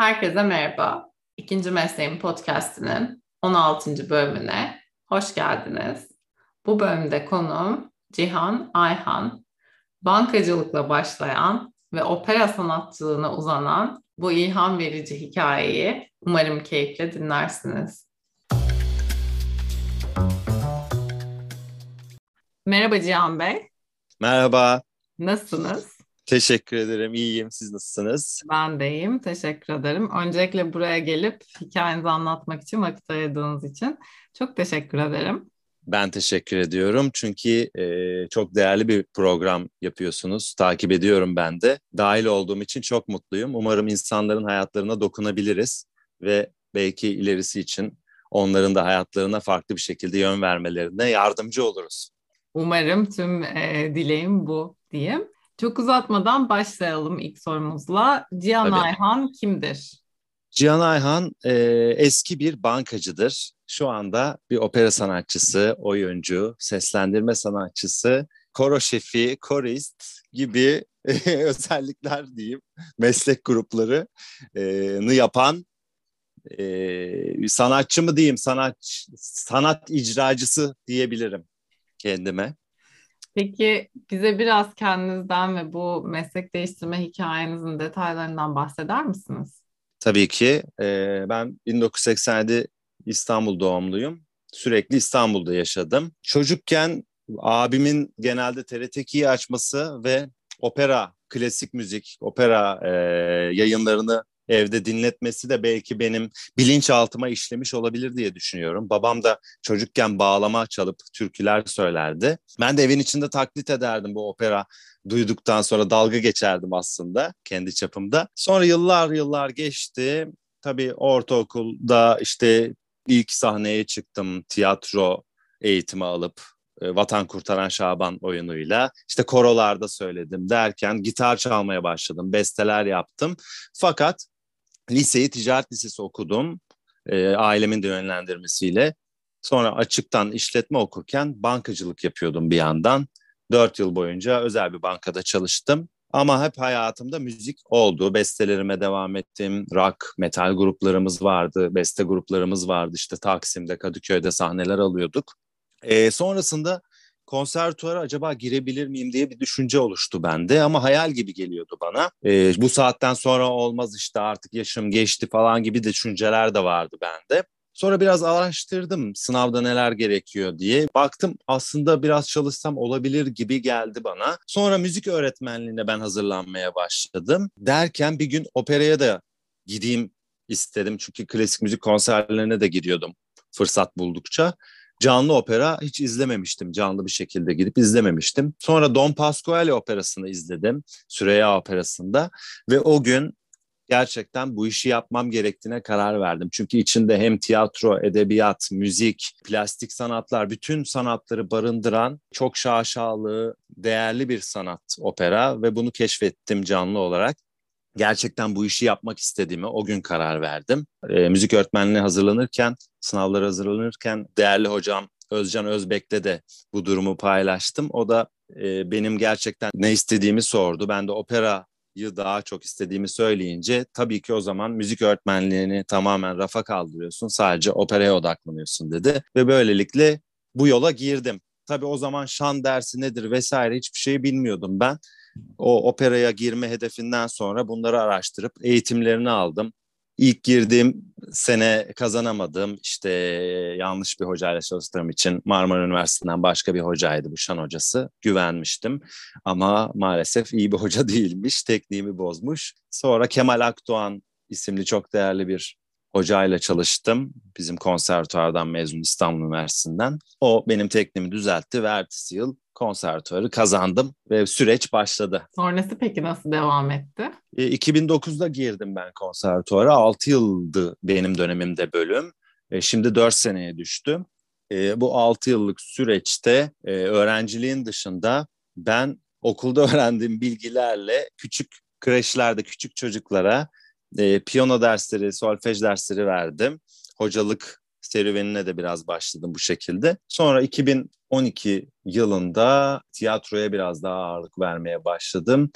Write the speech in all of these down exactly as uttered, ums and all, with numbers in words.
Herkese merhaba. İkinci Mesleğim Podcast'inin on altıncı bölümüne hoş geldiniz. Bu bölümde konuğum Cihan Ayhan. Bankacılıkla başlayan ve opera sanatçılığına uzanan bu ilham verici hikayeyi umarım keyifle dinlersiniz. Merhaba Cihan Bey. Merhaba. Nasılsınız? Teşekkür ederim. İyiyim. Siz nasılsınız? Ben de iyiyim. Teşekkür ederim. Öncelikle buraya gelip hikayenizi anlatmak için vakit ayırdığınız için çok teşekkür ederim. Ben teşekkür ediyorum. Çünkü e, çok değerli bir program yapıyorsunuz. Takip ediyorum ben de. Dahil olduğum için çok mutluyum. Umarım insanların hayatlarına dokunabiliriz ve belki ilerisi için onların da hayatlarına farklı bir şekilde yön vermelerine yardımcı oluruz. Umarım tüm e, dileğim bu diyeyim. Çok uzatmadan başlayalım ilk sorumuzla. Cihan Tabii. Ayhan kimdir? Cihan Ayhan e, eski bir bankacıdır. Şu anda bir opera sanatçısı, oyuncu, seslendirme sanatçısı, koro şefi, korist gibi özellikler diyeyim, meslek gruplarını yapan e, sanatçı mı diyeyim, sanat sanat icracısı diyebilirim kendime. Peki bize biraz kendinizden ve bu meslek değiştirme hikayenizin detaylarından bahseder misiniz? Tabii ki e, ben bin dokuz yüz seksen yedi İstanbul doğumluyum. Sürekli İstanbul'da yaşadım. Çocukken abimin genelde T R T ikiyi açması ve opera, klasik müzik, opera e, yayınlarını evde dinletmesi de belki benim bilinçaltıma işlemiş olabilir diye düşünüyorum. Babam da çocukken bağlama çalıp türküler söylerdi. Ben de evin içinde taklit ederdim bu opera duyduktan sonra dalga geçerdim aslında kendi çapımda. Sonra yıllar yıllar geçti. Tabii ortaokulda işte ilk sahneye çıktım tiyatro eğitimi alıp e, Vatan Kurtaran Şaban oyunuyla. İşte korolarda söyledim derken gitar çalmaya başladım, besteler yaptım. Fakat liseyi ticaret lisesi okudum e, ailemin de yönlendirmesiyle. Sonra açıktan işletme okurken bankacılık yapıyordum bir yandan. Dört yıl boyunca özel bir bankada çalıştım. Ama hep hayatımda müzik oldu. Bestelerime devam ettim. Rock, metal gruplarımız vardı. Beste gruplarımız vardı. İşte Taksim'de, Kadıköy'de sahneler alıyorduk. Ee, sonrasında konservatuara acaba girebilir miyim diye bir düşünce oluştu bende. Ama hayal gibi geliyordu bana. Ee, bu saatten sonra olmaz işte artık yaşım geçti falan gibi düşünceler de vardı bende. Sonra biraz araştırdım sınavda neler gerekiyor diye. Baktım aslında biraz çalışsam olabilir gibi geldi bana. Sonra müzik öğretmenliğine ben hazırlanmaya başladım. Derken bir gün operaya da gideyim istedim. Çünkü klasik müzik konserlerine de gidiyordum fırsat buldukça. Canlı opera hiç izlememiştim. Canlı bir şekilde gidip izlememiştim. Sonra Don Pasquale operasını izledim. Süreyya operasında ve o gün gerçekten bu işi yapmam gerektiğine karar verdim. Çünkü içinde hem tiyatro, edebiyat, müzik, plastik sanatlar, bütün sanatları barındıran çok şaşalı, değerli bir sanat opera ve bunu keşfettim canlı olarak. Gerçekten bu işi yapmak istediğime o gün karar verdim. E, müzik öğretmenliğine hazırlanırken, sınavlara hazırlanırken değerli hocam Özcan Özbek'le de bu durumu paylaştım. O da e, benim gerçekten ne istediğimi sordu. Ben de opera daha çok istediğimi söyleyince tabii ki o zaman müzik öğretmenliğini tamamen rafa kaldırıyorsun. Sadece operaya odaklanıyorsun dedi. Ve böylelikle bu yola girdim. Tabii o zaman şan dersi nedir vesaire hiçbir şey bilmiyordum ben. O operaya girme hedefinden sonra bunları araştırıp eğitimlerini aldım. İlk girdiğim sene kazanamadım. İşte yanlış bir hocayla çalıştığım için Marmara Üniversitesi'nden başka bir hocaydı bu şan hocası. Güvenmiştim ama maalesef iyi bir hoca değilmiş. Tekniğimi bozmuş. Sonra Kemal Akdoğan isimli çok değerli bir hocayla çalıştım. Bizim konservatuardan mezun İstanbul Üniversitesi'nden. O benim tekniğimi düzeltti ve ertesi yıl konservatuarı kazandım ve süreç başladı. Sonrası peki nasıl devam etti? E, iki bin dokuzda girdim ben konservatuara. altı yıldı benim dönemimde bölüm. E, şimdi dört seneye düştü. E, bu altı yıllık süreçte e, öğrenciliğin dışında ben okulda öğrendiğim bilgilerle küçük kreşlerde küçük çocuklara e, piyano dersleri, solfej dersleri verdim. Hocalık serüvenine de biraz başladım bu şekilde. Sonra iki bin on iki yılında tiyatroya biraz daha ağırlık vermeye başladım.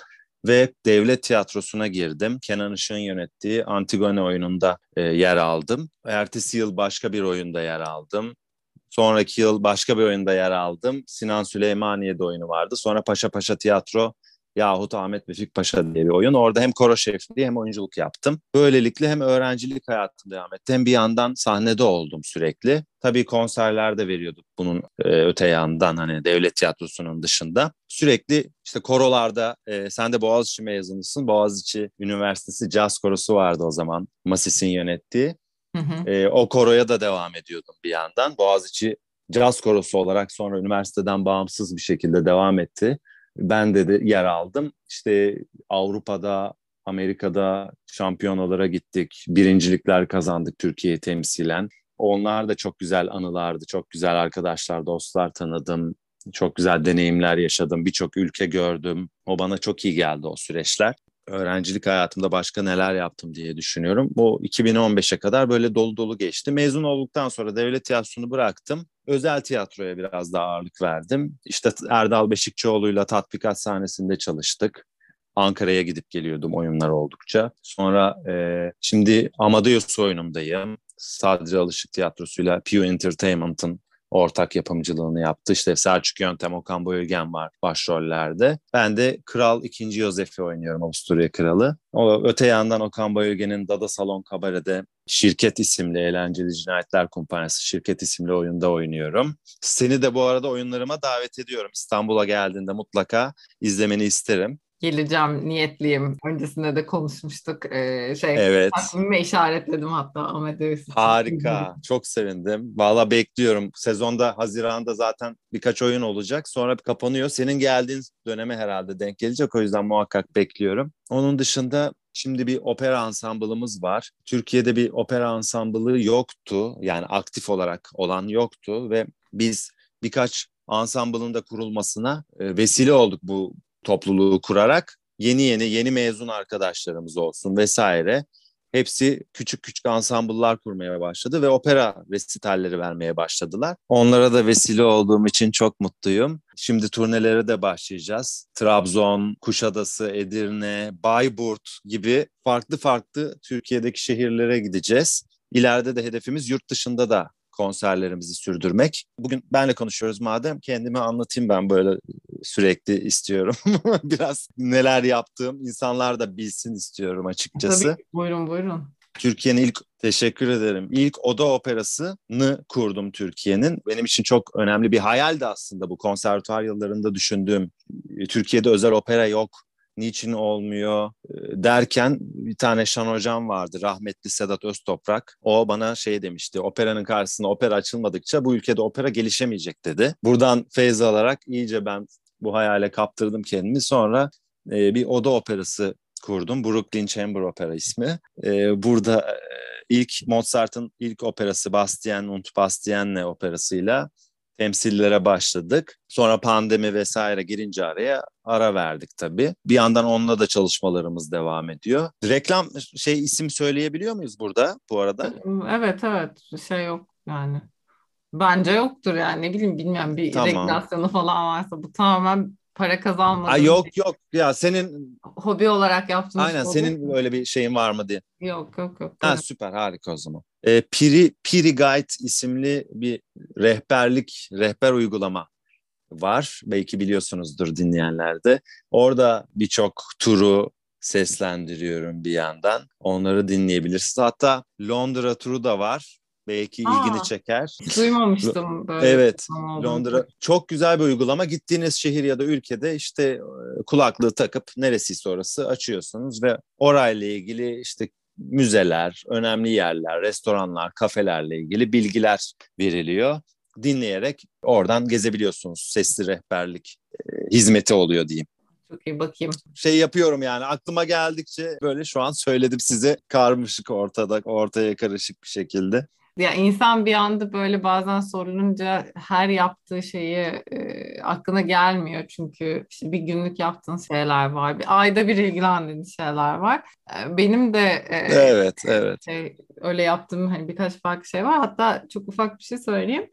ve devlet tiyatrosuna girdim. Kenan Işık'ın yönettiği Antigone oyununda e, yer aldım. Ertesi yıl başka bir oyunda yer aldım. Sonraki yıl başka bir oyunda yer aldım. Sinan Süleymaniye'de oyunu vardı. Sonra Paşa Paşa Tiyatro yahut Ahmet Vefik Paşa diye bir oyun. Orada hem koro şefliği hem oyunculuk yaptım. Böylelikle hem öğrencilik hayatım devam etti hem bir yandan sahnede oldum sürekli. Tabii konserler de veriyorduk bunun e, öte yandan, hani devlet tiyatrosunun dışında. Sürekli işte korolarda, e, sen de Boğaziçi mezunusun. Boğaziçi Üniversitesi Caz Korosu vardı o zaman, Masis'in yönettiği. Hı hı. E, o koroya da devam ediyordum bir yandan. Boğaziçi Caz Korosu olarak sonra üniversiteden bağımsız bir şekilde devam etti. Ben de, de yer aldım. İşte Avrupa'da, Amerika'da şampiyonalara gittik. Birincilikler kazandık Türkiye'yi temsilen. Onlar da çok güzel anılardı. Çok güzel arkadaşlar, dostlar tanıdım. Çok güzel deneyimler yaşadım. Birçok ülke gördüm. O bana çok iyi geldi o süreçler. Öğrencilik hayatımda başka neler yaptım diye düşünüyorum. Bu iki bin on beşe kadar böyle dolu dolu geçti. Mezun olduktan sonra devlet tiyatrosunu bıraktım. Özel tiyatroya biraz daha ağırlık verdim. İşte Erdal Beşikçioğlu'yla tatbikat sahnesinde çalıştık. Ankara'ya gidip geliyordum oyunlar oldukça. Sonra e, şimdi Amadeus oyunumdayım. Sadri Alışık Tiyatrosu'yla Pew Entertainment'ın ortak yapımcılığını yaptı. İşte Selçuk Yöntem, Okan Bayülgen var başrollerde. Ben de Kral ikinci. Yosef'i oynuyorum, Avusturya Kralı. O, öte yandan Okan Bayülgen'in Dada Salon Kabare'de Şirket isimli, Eğlenceli Cinayetler Kumpanyası Şirket isimli oyunda oynuyorum. Seni de bu arada oyunlarıma davet ediyorum. İstanbul'a geldiğinde mutlaka izlemeni isterim. Geleceğim, niyetliyim. Öncesinde de konuşmuştuk. Ee, şey, Evet. takvimime işaretledim hatta Amadeus için. Harika. Çok sevindim. Valla bekliyorum. Sezonda Haziran'da zaten birkaç oyun olacak. Sonra kapanıyor. Senin geldiğin döneme herhalde denk gelecek. O yüzden muhakkak bekliyorum. Onun dışında şimdi bir opera ansambılımız var. Türkiye'de bir opera ansamblı yoktu. Yani aktif olarak olan yoktu ve biz birkaç ansambılın da kurulmasına e, vesile olduk bu topluluğu kurarak. Yeni yeni yeni mezun arkadaşlarımız olsun vesaire. Hepsi küçük küçük ansambıllar kurmaya başladı ve opera resitalleri vermeye başladılar. Onlara da vesile olduğum için çok mutluyum. Şimdi turnelere de başlayacağız. Trabzon, Kuşadası, Edirne, Bayburt gibi farklı farklı Türkiye'deki şehirlere gideceğiz. İleride de hedefimiz yurt dışında da konserlerimizi sürdürmek. Bugün benle konuşuyoruz madem, kendimi anlatayım, ben böyle sürekli istiyorum. Biraz neler yaptığım insanlar da bilsin istiyorum Tabii açıkçası. ki. Buyurun buyurun. Türkiye'nin ilk, teşekkür ederim, İlk oda operasını kurdum Türkiye'nin. Benim için çok önemli bir hayaldi aslında bu, konservatuvar yıllarında düşündüğüm. Türkiye'de özel opera yok, niçin olmuyor derken bir tane şan hocam vardı, rahmetli Sedat Öztoprak. O bana şey demişti, operanın karşısında opera açılmadıkça bu ülkede opera gelişemeyecek dedi. Buradan feyz alarak iyice ben bu hayale kaptırdım kendimi. Sonra e, bir oda operası kurdum. Brooklyn Chamber Opera ismi. E, burada e, ilk Mozart'ın ilk operası Bastien und Bastiennes operasıyla temsillere başladık. Sonra pandemi vesaire girince araya ara verdik tabii. Bir yandan onunla da çalışmalarımız devam ediyor. Reklam şey isim söyleyebiliyor muyuz burada bu arada? Evet evet, şey yok yani. Bence yoktur yani, ne bileyim, bilmiyorum, bir Tamam. regülasyonu falan varsa. Bu tamamen para Ay kazanmadığım yok bir yok ya, senin hobi olarak yaptığım bir şey aynen olduğu senin için. öyle bir şeyin var mı diye. Yok yok yok. Ha, Para. süper, harika o zaman. Ee, Piri, Piri Guide isimli bir rehberlik, rehber uygulama var. Belki biliyorsunuzdur dinleyenler de. Orada birçok turu seslendiriyorum bir yandan. Onları dinleyebilirsiniz. Hatta Londra turu da var. Belki ilgini Aa, çeker. hiç duymamıştım böyle bir Evet, konu olduğunu. Londra çok güzel bir uygulama. Gittiğiniz şehir ya da ülkede işte e, kulaklığı takıp neresiyse orası açıyorsunuz ve orayla ilgili işte müzeler, önemli yerler, restoranlar, kafelerle ilgili bilgiler veriliyor. Dinleyerek oradan gezebiliyorsunuz. Sesli rehberlik e, hizmeti oluyor diyeyim. Çok iyi, bakayım. Şey yapıyorum yani, aklıma geldikçe böyle şu an söyledim size, karmaşık ortada, ortaya karışık bir şekilde. Ya insan bir anda böyle bazen sorulunca her yaptığı şeyi e, aklına gelmiyor. Çünkü işte bir günlük yaptığın şeyler var. Bir ayda bir ilgilendiğin şeyler var. E, benim de e, Evet, evet. şey, öyle yaptığım hani birkaç farklı şey var. Hatta çok ufak bir şey söyleyeyim.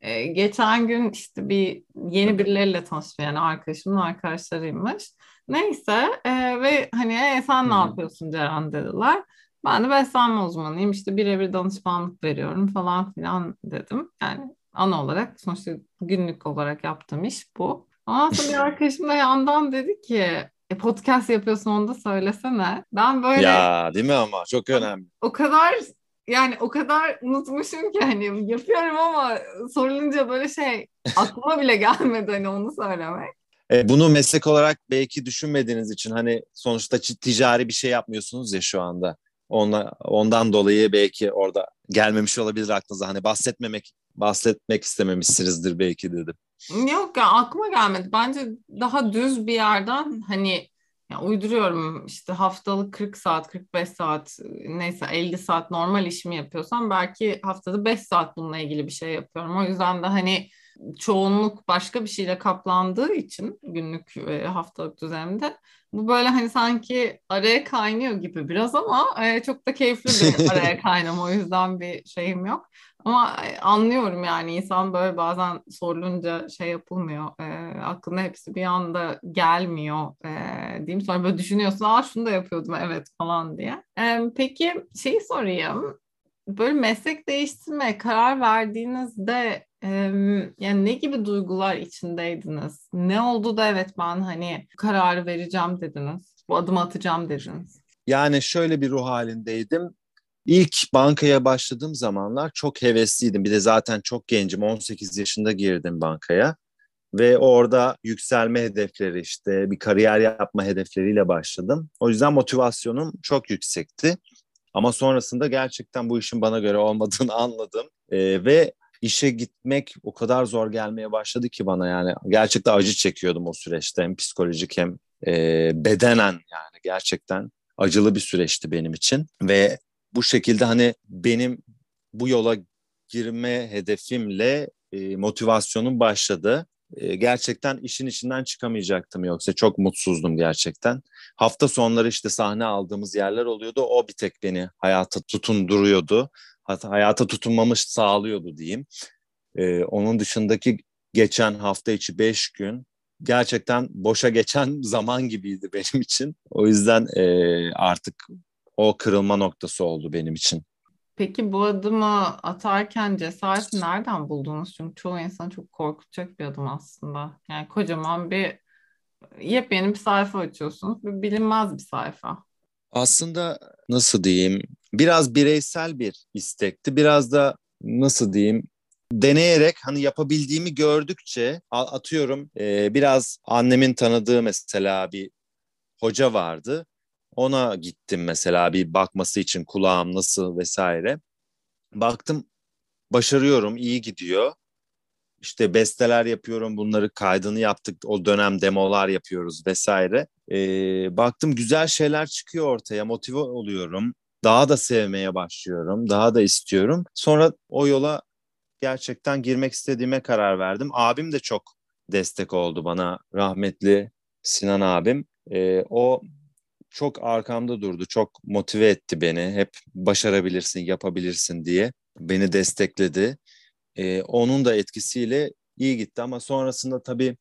e, geçen gün işte bir yeni birileriyle tanıştım, yani arkadaşımın arkadaşlarıymış. Neyse e, ve hani e, sen Hı ne hı. yapıyorsun Ceren dediler. Ben de beslenme uzmanıyım, işte birebir danışmanlık veriyorum falan filan dedim. Yani ana olarak sonuçta günlük olarak yaptığım iş bu. Ondan sonra bir arkadaşım da yandan dedi ki e, podcast yapıyorsun, onu da söylesene. Ben böyle Ya değil mi, ama çok önemli. o kadar, yani o kadar unutmuşum ki hani yapıyorum ama sorulunca böyle şey aklıma bile gelmedi hani onu söylemek. E, bunu meslek olarak belki düşünmediğiniz için, hani sonuçta çi- ticari bir şey yapmıyorsunuz ya şu anda. Onla, ondan dolayı belki orada gelmemiş olabilir aklınıza. Hani bahsetmemek bahsetmek istememişsinizdir belki dedim. Yok ya, aklıma gelmedi. Bence daha düz bir yerden hani, ya uyduruyorum işte haftalık kırk saat, kırk beş saat, neyse elli saat normal işimi yapıyorsam belki haftada beş saat bununla ilgili bir şey yapıyorum. O yüzden de hani çoğunluk başka bir şeyle kaplandığı için günlük ve haftalık düzenimde bu böyle hani sanki araya kaynıyor gibi biraz ama e, çok da keyifli bir araya kaynama, o yüzden bir şeyim yok. Ama e, anlıyorum yani, insan böyle bazen sorulunca şey yapılmıyor. E, aklına hepsi bir anda gelmiyor e, diyeyim. Sonra böyle düşünüyorsun, aa şunu da yapıyordum evet falan diye. E, peki şeyi sorayım. Böyle meslek değiştirmeye karar verdiğinizde e, yani ne gibi duygular içindeydiniz? Ne oldu da evet ben hani bu kararı vereceğim dediniz. Bu adımı atacağım dediniz. Yani şöyle bir ruh halindeydim. İlk bankaya başladığım zamanlar çok hevesliydim. Bir de zaten çok gencim. on sekiz yaşında girdim bankaya. Ve orada yükselme hedefleri, işte bir kariyer yapma hedefleriyle başladım. O yüzden motivasyonum çok yüksekti. Ama sonrasında gerçekten bu işin bana göre olmadığını anladım. Ee, ve işe gitmek o kadar zor gelmeye başladı ki bana, yani. Gerçekten acı çekiyordum o süreçte. Hem psikolojik hem e, bedenen, yani gerçekten acılı bir süreçti benim için. Ve bu şekilde hani benim bu yola girme hedefimle e, motivasyonum başladı. E, gerçekten işin içinden çıkamayacaktım, yoksa çok mutsuzdum gerçekten. Hafta sonları işte sahne aldığımız yerler oluyordu. O bir tek beni hayata tutunduruyordu. Hatta hayata tutunmamı sağlıyordu diyeyim. Ee, onun dışındaki geçen hafta içi beş gün gerçekten boşa geçen zaman gibiydi benim için. O yüzden e, artık o kırılma noktası oldu benim için. Peki bu adımı atarken cesareti nereden buldunuz? Çünkü çoğu insan çok korkutacak bir adım aslında. Yani kocaman bir yepyeni bir sayfa açıyorsunuz. Bir bilinmez bir sayfa. Aslında nasıl diyeyim, biraz bireysel bir istekti. Biraz da nasıl diyeyim, deneyerek, hani yapabildiğimi gördükçe atıyorum, e, biraz annemin tanıdığı mesela bir hoca vardı. Ona gittim mesela bir bakması için, kulağım nasıl vesaire. Baktım başarıyorum, iyi gidiyor. İşte besteler yapıyorum, bunları kaydını yaptık. O dönem demolar yapıyoruz vesaire. Ee, baktım güzel şeyler çıkıyor ortaya, motive oluyorum. Daha da sevmeye başlıyorum, daha da istiyorum. Sonra o yola gerçekten girmek istediğime karar verdim. Abim de çok destek oldu bana, rahmetli Sinan abim. Ee, o çok arkamda durdu, çok motive etti beni. Hep başarabilirsin, yapabilirsin diye beni destekledi. Ee, onun da etkisiyle iyi gitti, ama sonrasında tabii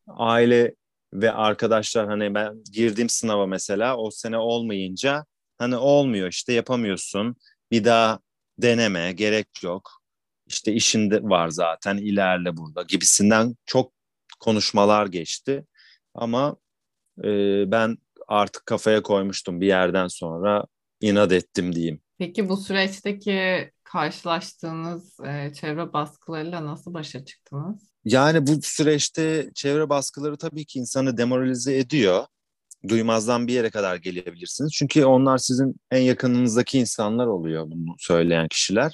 aile ve arkadaşlar, hani ben girdiğim sınava mesela o sene olmayınca, hani olmuyor işte, yapamıyorsun, bir daha deneme, gerek yok, işte işinde var zaten, ilerle burada gibisinden çok konuşmalar geçti. Ama e, ben artık kafaya koymuştum, bir yerden sonra inat ettim diyeyim. Peki bu süreçteki karşılaştığınız e, çevre baskılarıyla nasıl başa çıktınız? Yani bu süreçte çevre baskıları tabii ki insanı demoralize ediyor. Duymazdan bir yere kadar gelebilirsiniz. Çünkü onlar sizin en yakınınızdaki insanlar oluyor, bunu söyleyen kişiler.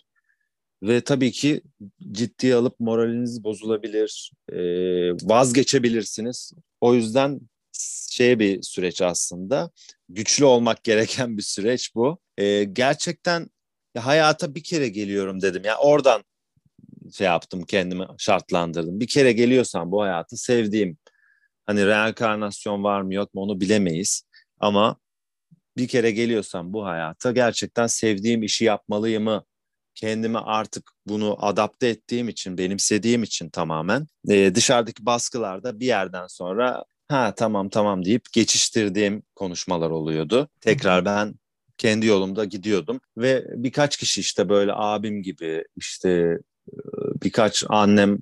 Ve tabii ki ciddiye alıp moraliniz bozulabilir, e, vazgeçebilirsiniz. O yüzden şey bir süreç aslında. Güçlü olmak gereken bir süreç bu. E, gerçekten ya hayata bir kere geliyorum dedim. Ya oradan şey yaptım, kendimi şartlandırdım. Bir kere geliyorsam bu hayatı sevdiğim, hani reenkarnasyon var mı yok mu onu bilemeyiz. Ama bir kere geliyorsam bu hayata gerçekten sevdiğim işi yapmalıyımı kendimi artık bunu adapte ettiğim için, benimsediğim için tamamen e, dışarıdaki baskılarda bir yerden sonra ha tamam tamam deyip geçiştirdiğim konuşmalar oluyordu. Tekrar ben kendi yolumda gidiyordum ve birkaç kişi işte böyle abim gibi işte e, birkaç annem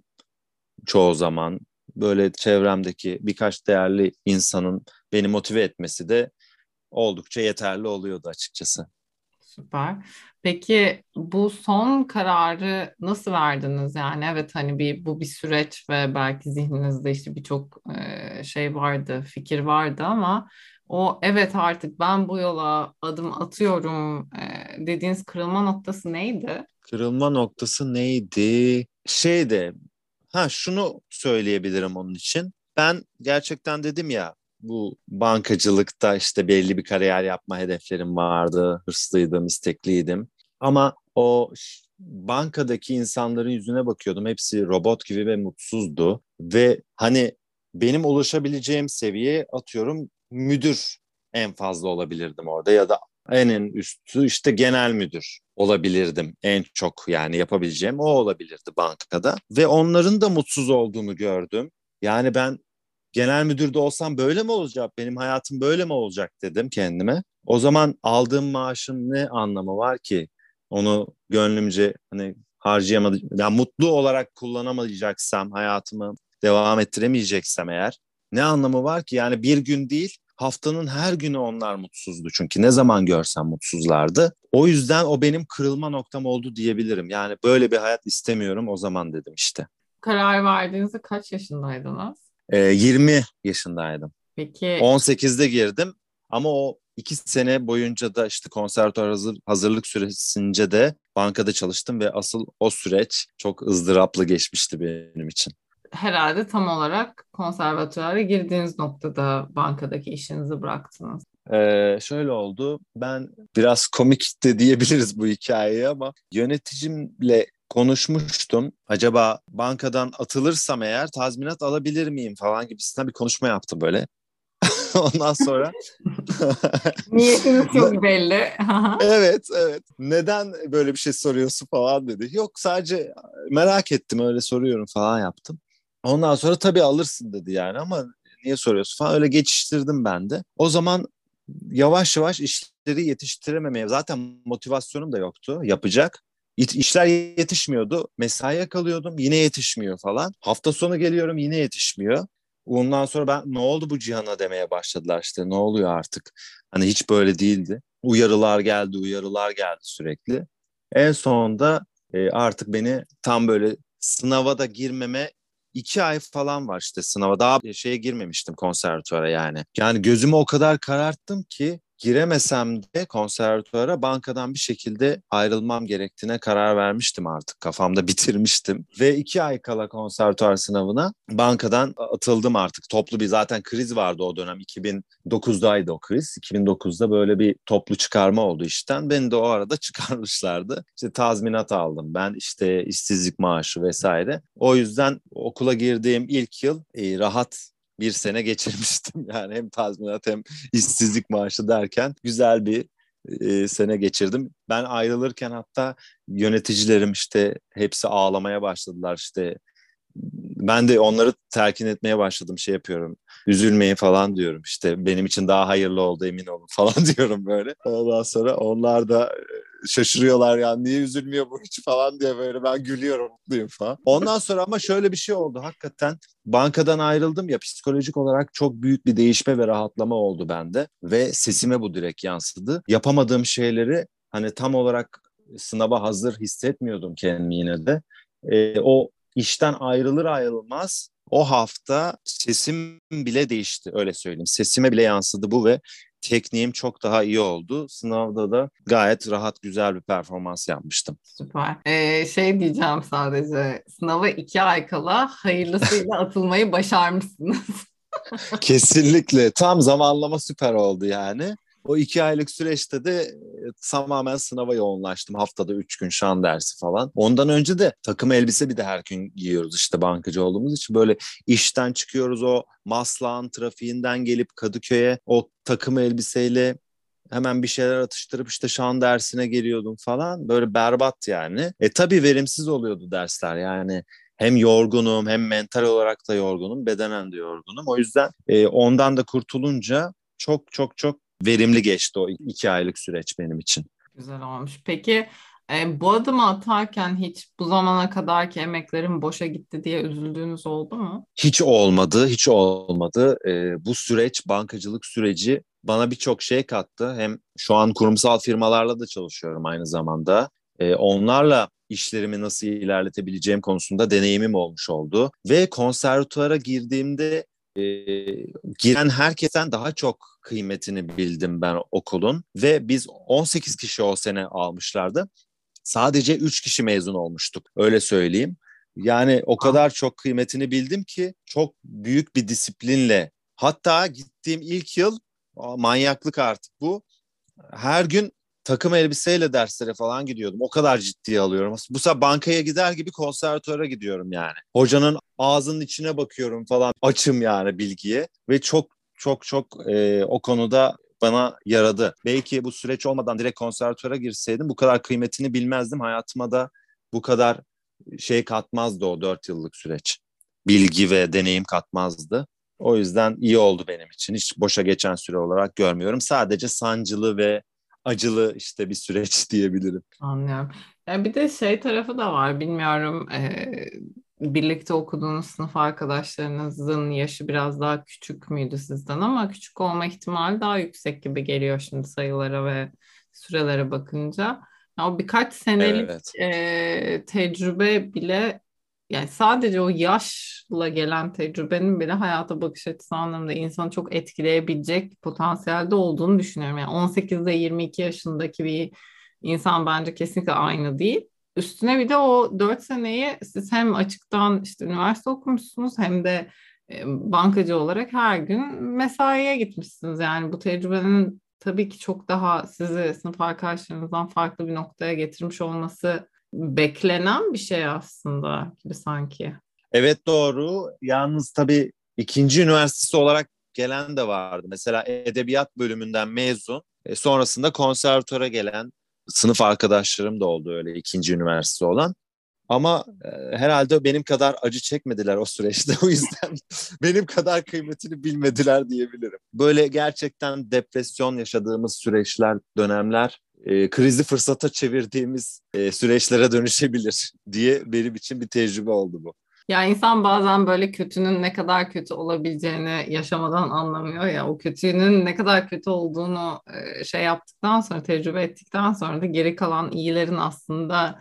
çoğu zaman böyle çevremdeki birkaç değerli insanın beni motive etmesi de oldukça yeterli oluyordu açıkçası. Süper. Peki bu son kararı nasıl verdiniz? Yani evet hani bir bu bir süreç ve belki zihninizde işte birçok e, şey vardı, fikir vardı ama o evet artık ben bu yola adım atıyorum e, dediğiniz kırılma noktası neydi? Kırılma noktası neydi? Şeyde, ha şunu söyleyebilirim onun için. Ben gerçekten dedim ya bu bankacılıkta işte belli bir kariyer yapma hedeflerim vardı. Hırslıydım, istekliydim. Ama o ş- bankadaki insanların yüzüne bakıyordum. Hepsi robot gibi ve mutsuzdu. Ve hani benim ulaşabileceğim seviye atıyorum müdür en fazla olabilirdim orada ya da en en üstü işte genel müdür olabilirdim en çok yani yapabileceğim o olabilirdi bankada ve onların da mutsuz olduğunu gördüm. Yani ben genel müdürde olsam böyle mi olacak? Benim hayatım böyle mi olacak dedim kendime. O zaman aldığım maaşın ne anlamı var ki? Onu gönlümce hani harcayamadım. Yani mutlu olarak kullanamayacaksam hayatımı devam ettiremeyeceksem eğer ne anlamı var ki? Yani bir gün değil haftanın her günü onlar mutsuzdu çünkü ne zaman görsem mutsuzlardı. O yüzden o benim kırılma noktam oldu diyebilirim. Yani böyle bir hayat istemiyorum o zaman dedim işte. Karar verdiğinizde kaç yaşındaydınız? Ee, yirmi yaşındaydım. Peki on sekizde girdim ama o iki sene boyunca da işte konservatuar hazır, hazırlık süresince de bankada çalıştım ve asıl o süreç çok ızdıraplı geçmişti benim için. herhalde tam olarak konservatuvara girdiğiniz noktada bankadaki işinizi bıraktınız. Ee, şöyle oldu. Ben biraz komik de diyebiliriz bu hikayeyi ama yöneticimle konuşmuştum. Acaba bankadan atılırsam eğer tazminat alabilir miyim falan gibisinden bir konuşma yaptım böyle. Ondan sonra Niyetiniz çok belli. evet, evet. Neden böyle bir şey soruyorsun falan dedi. Yok sadece merak ettim öyle soruyorum falan yaptım. Ondan sonra tabii alırsın dedi yani ama niye soruyorsun falan öyle geçiştirdim ben de. O zaman yavaş yavaş işleri yetiştirememeye zaten motivasyonum da yoktu yapacak. İ- İşler yetişmiyordu. Mesaiye kalıyordum yine yetişmiyor falan. Hafta sonu geliyorum yine yetişmiyor. Ondan sonra ben ne oldu bu Cihan'a demeye başladılar işte ne oluyor artık. Hani hiç böyle değildi. Uyarılar geldi, uyarılar geldi sürekli. En sonunda e, artık beni tam böyle sınava da girmeme iki ay falan var işte sınava. Daha şeye girmemiştim konservatuvara yani. Yani gözümü o kadar kararttım ki giremesem de konservatuvara bankadan bir şekilde ayrılmam gerektiğine karar vermiştim artık. Kafamda bitirmiştim. Ve iki ay kala konservatuvar sınavına bankadan atıldım artık. Toplu bir zaten kriz vardı o dönem. iki bin dokuzdaydı o kriz. iki bin dokuzda böyle bir toplu çıkarma oldu işten. Beni de o arada çıkarmışlardı. İşte tazminat aldım ben işte işsizlik maaşı vesaire. O yüzden okula girdiğim ilk yıl e, rahat bir sene geçirmiştim. Yani hem tazminat hem işsizlik maaşı derken güzel bir e, sene geçirdim. Ben ayrılırken hatta yöneticilerim işte hepsi ağlamaya başladılar işte ben de onları telkin etmeye başladım şey yapıyorum. Üzülmeyin falan diyorum işte benim için daha hayırlı oldu emin olun falan diyorum böyle. Ondan sonra onlar da e, şaşırıyorlar ya niye üzülmüyor bu hiç falan diye böyle ben gülüyorum mutluyum falan. Ondan sonra ama şöyle bir şey oldu hakikaten bankadan ayrıldım ya psikolojik olarak çok büyük bir değişme ve rahatlama oldu bende ve sesime bu direkt yansıdı. Yapamadığım şeyleri hani tam olarak sınava hazır hissetmiyordum kendimi yine de. E, o işten ayrılır ayrılmaz o hafta sesim bile değişti öyle söyleyeyim. Sesime bile yansıdı bu ve tekniğim çok daha iyi oldu. Sınavda da gayet rahat güzel bir performans yapmıştım. Süper. Ee, şey diyeceğim sadece. Sınava iki ay kala hayırlısıyla atılmayı başarmışsınız. Kesinlikle tam zamanlama süper oldu yani. O iki aylık süreçte de e, tamamen sınava yoğunlaştım. Haftada üç gün şan dersi falan. Ondan önce de takım elbise bir de her gün giyiyoruz işte bankacı olduğumuz için. Böyle işten çıkıyoruz o Maslak'ın trafiğinden gelip Kadıköy'e o takım elbiseyle hemen bir şeyler atıştırıp işte şan dersine geliyordum falan. Böyle berbat yani. E tabii verimsiz oluyordu dersler yani. Hem yorgunum hem mental olarak da yorgunum, bedenen de yorgunum. O yüzden e, ondan da kurtulunca çok çok çok verimli geçti o iki aylık süreç benim için. Güzel olmuş. Peki e, bu adımı atarken hiç bu zamana kadarki emeklerim boşa gitti diye üzüldüğünüz oldu mu? Hiç olmadı, hiç olmadı. E, bu süreç, bankacılık süreci bana birçok şey kattı. Hem şu an kurumsal firmalarla da çalışıyorum aynı zamanda. E, onlarla işlerimi nasıl ilerletebileceğim konusunda deneyimim olmuş oldu. Ve konservatuvara girdiğimde e, giren herkesten daha çok kıymetini bildim ben okulun. Ve biz on sekiz kişi o sene almışlardı. Sadece üç kişi mezun olmuştuk, öyle söyleyeyim. Yani o Aa, kadar çok kıymetini bildim ki çok büyük bir disiplinle. Hatta gittiğim ilk yıl, manyaklık artık bu. Her gün takım elbiseyle derslere falan gidiyordum. O kadar ciddiye alıyorum. Bu sefer bankaya gider gibi konservatuvara gidiyorum yani. Hocanın ağzının içine bakıyorum falan. Açım yani bilgiye ve çok çok çok e, o konuda bana yaradı. Belki bu süreç olmadan direkt konservatuvara girseydim bu kadar kıymetini bilmezdim. Hayatıma da bu kadar şey katmazdı o dört yıllık süreç. Bilgi ve deneyim katmazdı. O yüzden iyi oldu benim için. Hiç boşa geçen süre olarak görmüyorum. Sadece sancılı ve acılı işte bir süreç diyebilirim. anlıyorum. Ya bir de şey tarafı da var. Bilmiyorum, e, birlikte okuduğunuz sınıf arkadaşlarınızın yaşı biraz daha küçük müydü sizden, ama küçük olma ihtimali daha yüksek gibi geliyor şimdi sayılara ve sürelere bakınca. Ya o birkaç senelik Evet. e, tecrübe bile, yani sadece o yaşla gelen tecrübenin bile hayata bakış açısı anlamında insanı çok etkileyebilecek potansiyelde olduğunu düşünüyorum. Yani on sekizde yirmi iki yaşındaki bir insan bence kesinlikle aynı değil. Üstüne bir de o dört seneyi siz hem açıktan işte üniversite okumuşsunuz hem de e, bankacı olarak her gün mesaiye gitmişsiniz. Yani bu tecrübenin tabii ki çok daha sizi sınıf arkadaşlarınızdan farklı bir noktaya getirmiş olması beklenen bir şey aslında gibi sanki. Evet, doğru. Yalnız tabii ikinci üniversitesi olarak gelen de vardı. Mesela edebiyat bölümünden mezun. E, sonrasında konservatuvara gelen sınıf arkadaşlarım da oldu öyle ikinci üniversite olan. Ama e, herhalde benim kadar acı çekmediler o süreçte. O yüzden benim kadar kıymetini bilmediler diyebilirim. Böyle gerçekten depresyon yaşadığımız süreçler, dönemler e, krizi fırsata çevirdiğimiz e, süreçlere dönüşebilir diye benim için bir tecrübe oldu bu. Ya insan bazen böyle kötünün ne kadar kötü olabileceğini yaşamadan anlamıyor ya. O kötünün ne kadar kötü olduğunu e, şey yaptıktan sonra, tecrübe ettikten sonra da geri kalan iyilerin aslında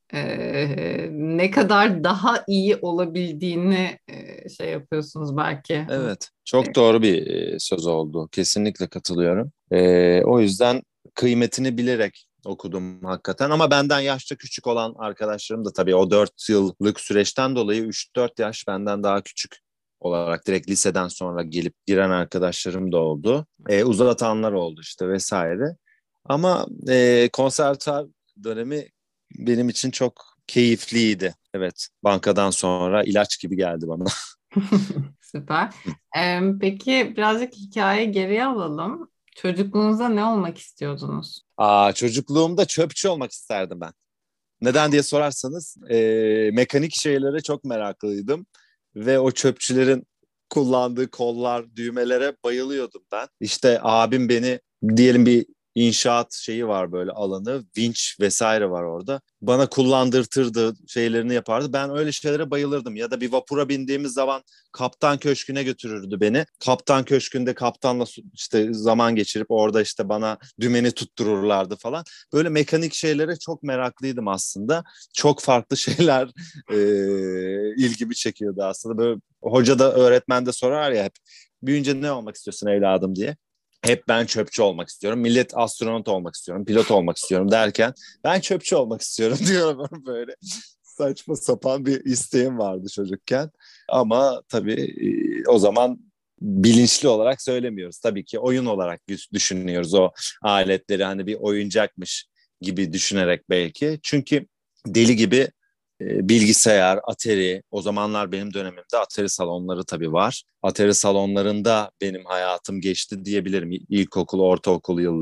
e, ne kadar daha iyi olabildiğini e, şey yapıyorsunuz belki. Evet, çok doğru bir e, söz oldu. Kesinlikle katılıyorum. E, o yüzden kıymetini bilerek okudum hakikaten. Ama benden yaşça küçük olan arkadaşlarım da tabii o dört yıllık süreçten dolayı üç dört yaş benden daha küçük olarak direkt liseden sonra gelip giren arkadaşlarım da oldu. E, uzatanlar oldu işte vesaire. Ama e, konservatuar dönemi benim için çok keyifliydi. Evet, bankadan sonra ilaç gibi geldi bana. Süper. E, peki birazcık hikaye geriye alalım. Çocukluğunuzda ne olmak istiyordunuz? Aa, çocukluğumda çöpçü olmak isterdim ben. Neden diye sorarsanız e, mekanik şeylere çok meraklıydım. Ve o çöpçülerin kullandığı kollar, düğmelere bayılıyordum ben. İşte abim beni diyelim bir inşaat şeyi var böyle alanı, vinç vesaire var orada. Bana kullandırtırdı, şeylerini yapardı. Ben öyle şeylere bayılırdım. Ya da bir vapura bindiğimiz zaman Kaptan Köşkü'ne götürürdü beni. Kaptan Köşkü'nde kaptanla işte zaman geçirip orada işte bana dümeni tuttururlardı falan. Böyle mekanik şeylere çok meraklıydım aslında. Çok farklı şeyler e, ilgimi çekiyordu aslında. Böyle hoca da öğretmen de sorar ya hep büyüyünce ne olmak istiyorsun evladım diye. Hep ben çöpçü olmak istiyorum. Millet astronot olmak istiyorum, pilot olmak istiyorum derken ben çöpçü olmak istiyorum diyorum böyle. Saçma sapan bir isteğim vardı çocukken. Ama tabii e, o zaman bilinçli olarak söylemiyoruz. Tabii ki oyun olarak düşünüyoruz o aletleri hani bir oyuncakmış gibi düşünerek belki. Çünkü deli gibi e, bilgisayar, Atari, o zamanlar benim dönemimde Atari salonları tabii var. Atari salonlarında benim hayatım geçti diyebilirim. İlkokul, ortaokul yıllarım.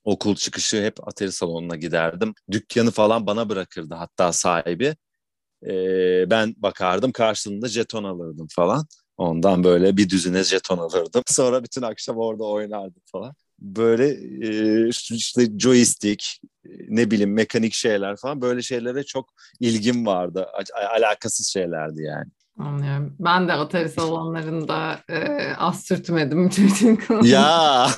Okul çıkışı hep Atari salonuna giderdim. Dükkanı falan bana bırakırdı hatta sahibi. Ee, ben bakardım, karşılığında jeton alırdım falan. Ondan böyle bir düzine jeton alırdım. Sonra bütün akşam orada oynardım falan. Böyle e, işte joystick, ne bileyim mekanik şeyler falan, böyle şeylere çok ilgim vardı. A- alakasız şeylerdi yani. Anlıyorum. Ben de Atari salonlarında e, az sürtmedim çocukluğumda. Ya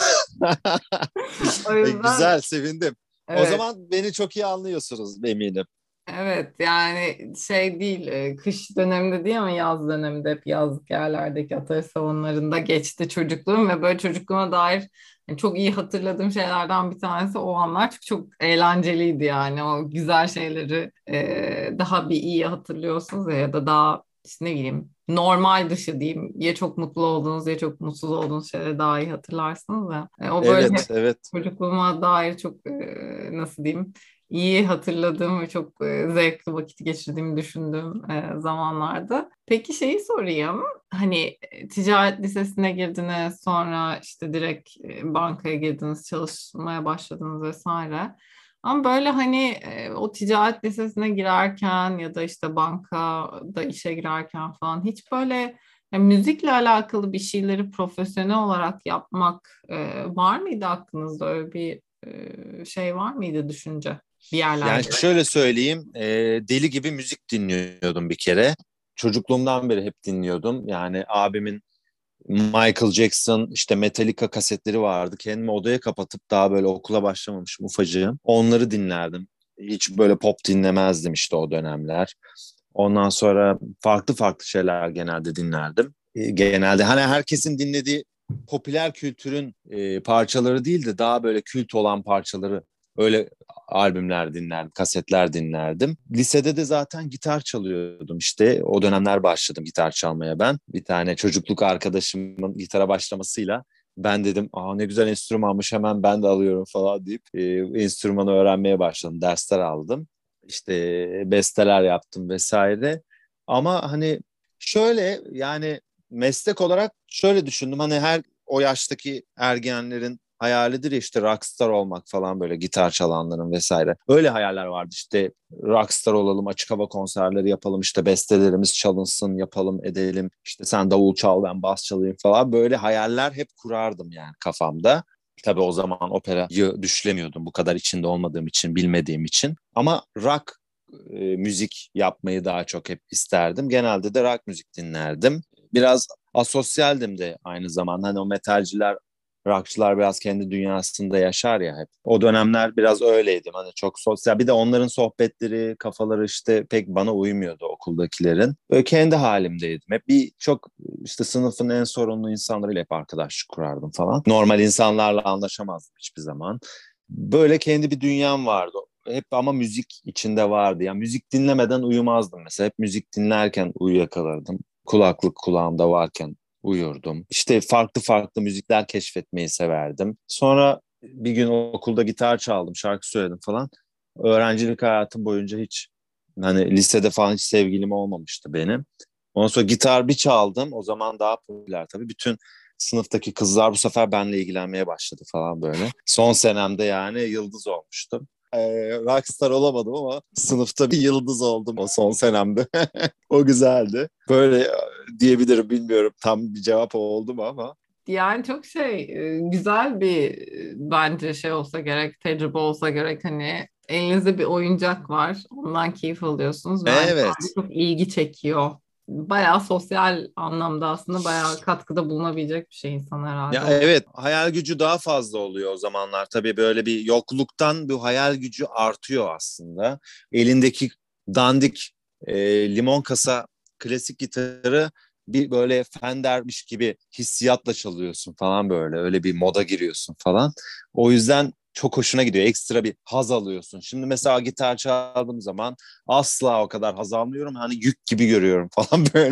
O e, yüzden güzel, sevindim. O evet. zaman beni çok iyi anlıyorsunuz eminim. Evet yani şey değil, e, kış döneminde değil ama yaz döneminde hep yazlık yerlerdeki atari salonlarında geçti çocukluğum ve böyle çocukluğuma dair yani çok iyi hatırladığım şeylerden bir tanesi o anlar, çünkü çok eğlenceliydi yani o güzel şeyleri e, daha bir iyi hatırlıyorsunuz ya, ya da daha işte ne bileyim normal dışı diyeyim, ya çok mutlu olduğunuz ya çok mutsuz olduğunuz şeyleri daha iyi hatırlarsınız ya. E, o böyle hep Evet, evet. çocukluğuma dair çok e, nasıl diyeyim iyi hatırladığım ve çok e, zevkli vakit geçirdiğimi düşündüğüm e, zamanlarda. Peki şeyi sorayım. Hani e, ticaret lisesine girdiniz, sonra işte direkt e, bankaya girdiniz, çalışmaya başladınız vesaire. Ama böyle hani e, o ticaret lisesine girerken ya da işte bankada işe girerken falan hiç böyle yani müzikle alakalı bir şeyleri profesyonel olarak yapmak e, var mıydı aklınızda, öyle bir e, şey var mıydı, düşünce? Bir Yani yerlerde. şöyle söyleyeyim, e, deli gibi müzik dinliyordum bir kere. Çocukluğumdan beri hep dinliyordum. Yani abimin Michael Jackson, işte Metallica kasetleri vardı. Kendimi odaya kapatıp, daha böyle okula başlamamışım, ufacığım. Onları dinlerdim. Hiç böyle pop dinlemezdim işte o dönemler. Ondan sonra farklı farklı şeyler genelde dinlerdim. E, genelde hani herkesin dinlediği popüler kültürün e, parçaları değil de daha böyle kült olan parçaları, öyle albümler dinlerdim, kasetler dinlerdim. Lisede de zaten gitar çalıyordum işte. O dönemler başladım gitar çalmaya ben. Bir tane çocukluk arkadaşımın gitara başlamasıyla ben dedim, aa ne güzel enstrümanmış, hemen ben de alıyorum falan deyip e, enstrümanı öğrenmeye başladım. Dersler aldım. İşte besteler yaptım vesaire. Ama hani şöyle, yani meslek olarak şöyle düşündüm. Hani her o yaştaki ergenlerin hayalidir ya, işte rockstar olmak falan, böyle gitar çalanların vesaire. Öyle hayaller vardı işte, rockstar olalım, açık hava konserleri yapalım, işte bestelerimiz çalınsın, yapalım edelim. İşte sen davul çal, ben bas çalayım falan, böyle hayaller hep kurardım yani kafamda. Tabii o zaman operayı düşlemiyordum bu kadar içinde olmadığım için, bilmediğim için. Ama rock e, müzik yapmayı daha çok hep isterdim. Genelde de rock müzik dinlerdim. Biraz asosyaldim de aynı zamanda. Hani o metalciler, rockçılar biraz kendi dünyasında yaşar ya hep. O dönemler biraz öyleydim. Hani çok sosyal. Bir de onların sohbetleri, kafaları işte pek bana uymuyordu okuldakilerin. Böyle kendi halimdeydim. Hep bir çok işte sınıfın en sorunlu insanlarıyla hep arkadaşlık kurardım falan. Normal insanlarla anlaşamazdım hiçbir zaman. Böyle kendi bir dünyam vardı. Hep ama müzik içinde vardı. Yani müzik dinlemeden uyumazdım mesela. Hep müzik dinlerken uyuyakalırdım. Kulaklık kulağımda varken uyurdum. İşte farklı farklı müzikler keşfetmeyi severdim. Sonra bir gün okulda gitar çaldım, şarkı söyledim falan. Öğrencilik hayatım boyunca hiç, hani lisede falan hiç sevgilim olmamıştı benim. Ondan sonra gitar bir çaldım. O zaman daha popüler tabii. Bütün sınıftaki kızlar bu sefer benimle ilgilenmeye başladı falan böyle. Son senemde yani yıldız olmuştum. Ee, rockstar olamadım ama sınıfta bir yıldız oldum o son senemde. O güzeldi. Böyle e, diyebilirim, bilmiyorum tam bir cevap oldu mu ama. Yani çok şey e, güzel bir e, bence şey olsa gerek, tecrübe olsa gerek, hani elinizde bir oyuncak var, ondan keyif alıyorsunuz ve aynı zamanda Evet. çok ilgi çekiyor. Bayağı sosyal anlamda aslında bayağı katkıda bulunabilecek bir şey insan herhalde. Ya evet, hayal gücü daha fazla oluyor o zamanlar. Tabii böyle bir yokluktan bu hayal gücü artıyor aslında. Elindeki dandik e, limon kasa klasik gitarı bir böyle Fender'miş gibi hissiyatla çalıyorsun falan böyle. Öyle bir moda giriyorsun falan. O yüzden çok hoşuna gidiyor. Ekstra bir haz alıyorsun. Şimdi mesela gitar çaldığım zaman asla o kadar haz almıyorum. Hani yük gibi görüyorum falan böyle.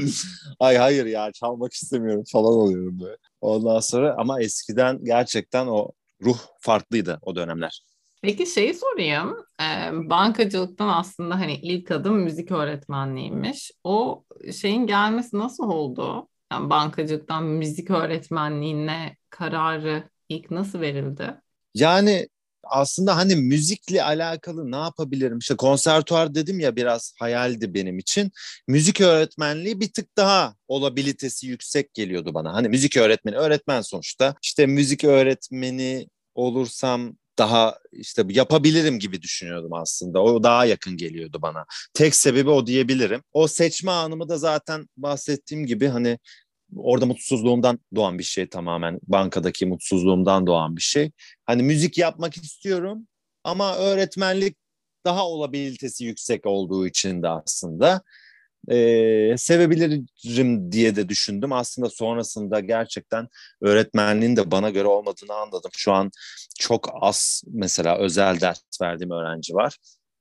Ay hayır ya, çalmak istemiyorum falan oluyorum böyle. Ondan sonra ama eskiden gerçekten o ruh farklıydı o dönemler. Peki şeyi sorayım. Ee, bankacılıktan aslında hani ilk adım müzik öğretmenliğiymiş. O şeyin gelmesi nasıl oldu? Yani bankacılıktan müzik öğretmenliğine kararı ilk nasıl verildi? Yani aslında hani müzikle alakalı ne yapabilirim? İşte konservatuar dedim ya, biraz hayaldi benim için. Müzik öğretmenliği bir tık daha olabilitesi yüksek geliyordu bana. Hani müzik öğretmeni, öğretmen sonuçta. İşte müzik öğretmeni olursam daha işte yapabilirim gibi düşünüyordum aslında. O daha yakın geliyordu bana. Tek sebebi o diyebilirim. O seçme anımı da zaten bahsettiğim gibi hani orada mutsuzluğumdan doğan bir şey, tamamen bankadaki mutsuzluğumdan doğan bir şey. Hani müzik yapmak istiyorum ama öğretmenlik daha olabilitesi yüksek olduğu için de aslında e, sevebilirim diye de düşündüm. Aslında sonrasında gerçekten öğretmenliğin de bana göre olmadığını anladım. Şu an çok az mesela özel ders verdiğim öğrenci var.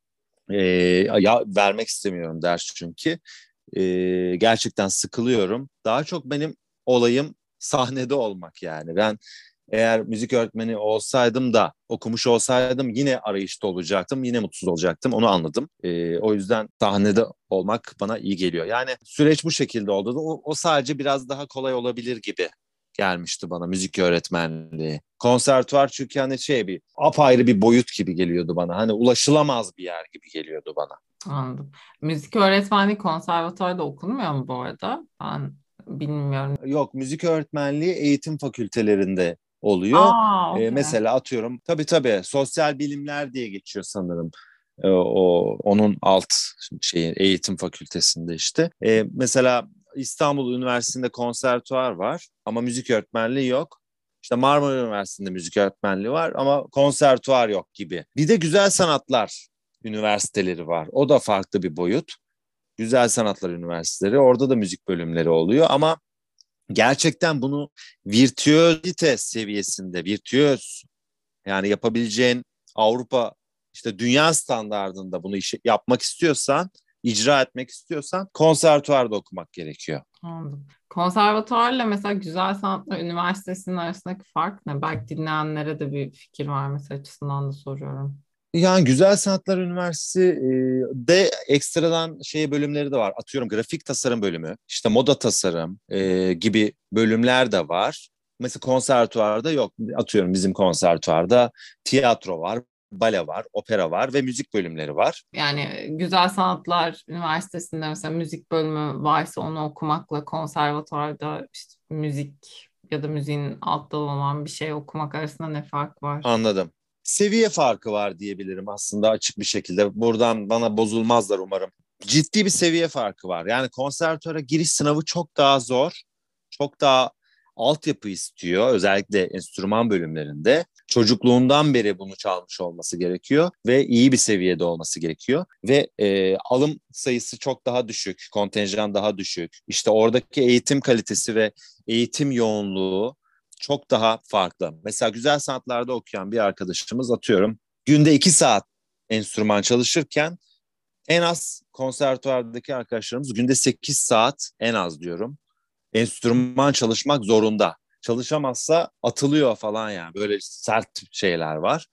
E, ya vermek istemiyorum ders çünkü. E, gerçekten sıkılıyorum. Daha çok benim olayım sahnede olmak yani. Ben eğer müzik öğretmeni olsaydım da okumuş olsaydım yine arayışta olacaktım. Yine mutsuz olacaktım. Onu anladım. E, o yüzden sahnede olmak bana iyi geliyor. Yani süreç bu şekilde oldu. O, o sadece biraz daha kolay olabilir gibi gelmişti bana müzik öğretmenliği. Konservatuvar çünkü hani şey, bir apayrı bir boyut gibi geliyordu bana. Hani ulaşılamaz bir yer gibi geliyordu bana. Anladım. Müzik öğretmenliği konservatuvarda okunmuyor mu bu arada? Ben bilmiyorum. Yok, müzik öğretmenliği eğitim fakültelerinde oluyor. Aa, Ee, okey. mesela atıyorum, tabii tabii sosyal bilimler diye geçiyor sanırım. Ee, o onun alt şeyi eğitim fakültesinde işte. Ee, mesela İstanbul Üniversitesi'nde konservatuvar var ama müzik öğretmenliği yok. İşte Marmara Üniversitesi'nde müzik öğretmenliği var ama konservatuvar yok gibi. Bir de güzel sanatlar üniversiteleri var. O da farklı bir boyut. Güzel Sanatlar Üniversiteleri. Orada da müzik bölümleri oluyor ama gerçekten bunu virtüözite seviyesinde, virtüöz yani yapabileceğin, Avrupa işte dünya standardında bunu iş, yapmak istiyorsan, icra etmek istiyorsan konservatuvarda okumak gerekiyor. Anladım. Konservatuvarla mesela Güzel Sanatlar Üniversitesi'nin arasındaki fark ne? Belki dinleyenlere de bir fikir vermesi açısından da soruyorum. Yani Güzel Sanatlar Üniversitesi e, de ekstradan şey bölümleri de var. Atıyorum grafik tasarım bölümü, işte moda tasarım e, gibi bölümler de var. Mesela konservatuvarda yok. Atıyorum bizim konservatuvarda tiyatro var, bale var, opera var ve müzik bölümleri var. Yani Güzel Sanatlar Üniversitesi'nde mesela müzik bölümü varsa onu okumakla konservatuvarda işte müzik ya da müziğin alt dalı olan bir şey okumak arasında ne fark var? Anladım. Seviye farkı var diyebilirim aslında, açık bir şekilde. Buradan bana bozulmazlar umarım. Ciddi bir seviye farkı var. Yani konservatuvara giriş sınavı çok daha zor. Çok daha altyapı istiyor. Özellikle enstrüman bölümlerinde. Çocukluğundan beri bunu çalmış olması gerekiyor ve iyi bir seviyede olması gerekiyor. Ve e, alım sayısı çok daha düşük, kontenjan daha düşük. İşte oradaki eğitim kalitesi ve eğitim yoğunluğu çok daha farklı. Mesela güzel sanatlarda okuyan bir arkadaşımız, atıyorum, günde iki saat enstrüman çalışırken en az konservatuvardaki arkadaşlarımız günde sekiz saat, en az diyorum, enstrüman çalışmak zorunda. Çalışamazsa atılıyor falan yani. Böyle sert şeyler var.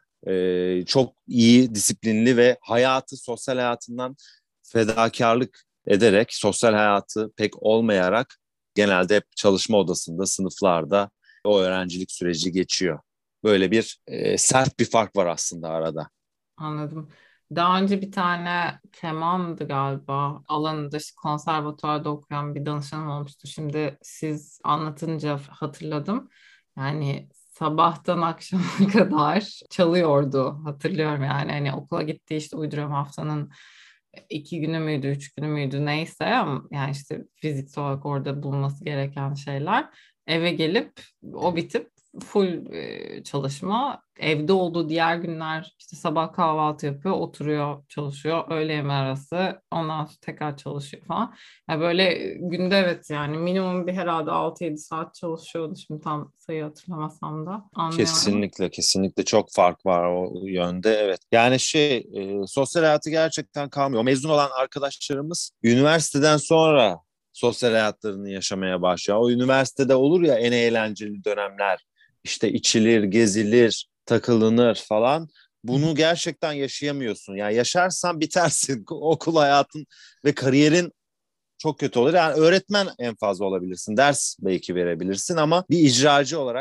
Ee, çok iyi, disiplinli ve hayatı, sosyal hayatından fedakarlık ederek, sosyal hayatı pek olmayarak genelde hep çalışma odasında, sınıflarda o öğrencilik süreci geçiyor. Böyle bir e, sert bir fark var aslında arada. Anladım. Daha önce bir tane kemandı galiba alanında işte konservatuvarda okuyan bir danışanım olmuştu. Şimdi siz anlatınca hatırladım. Yani sabahtan akşama kadar çalıyordu. Hatırlıyorum yani. Hani okula gitti işte uyduruyorum haftanın iki günü müydü, üç günü müydü neyse ama yani işte fiziksel olarak orada bulunması gereken şeyler. Eve gelip o bitip full e, çalışma. Evde olduğu diğer günler işte sabah kahvaltı yapıyor, oturuyor, çalışıyor. Öğle yemeği arası, ondan sonra tekrar çalışıyor falan. Yani böyle günde evet yani minimum bir herhalde altı yedi saat çalışıyordu. Şimdi tam sayı hatırlamasam da anlıyorum. Kesinlikle, kesinlikle çok fark var o yönde, evet. Yani şey, e, sosyal hayatı gerçekten kalmıyor. Mezun olan arkadaşlarımız üniversiteden sonra sosyal hayatlarını yaşamaya başlıyor. O üniversitede olur ya en eğlenceli dönemler. İşte içilir, gezilir, takılınır falan. Bunu gerçekten yaşayamıyorsun. Yani yaşarsan bitersin. Okul hayatın ve kariyerin çok kötü olur. Yani öğretmen en fazla olabilirsin. Ders belki verebilirsin ama bir icracı olarak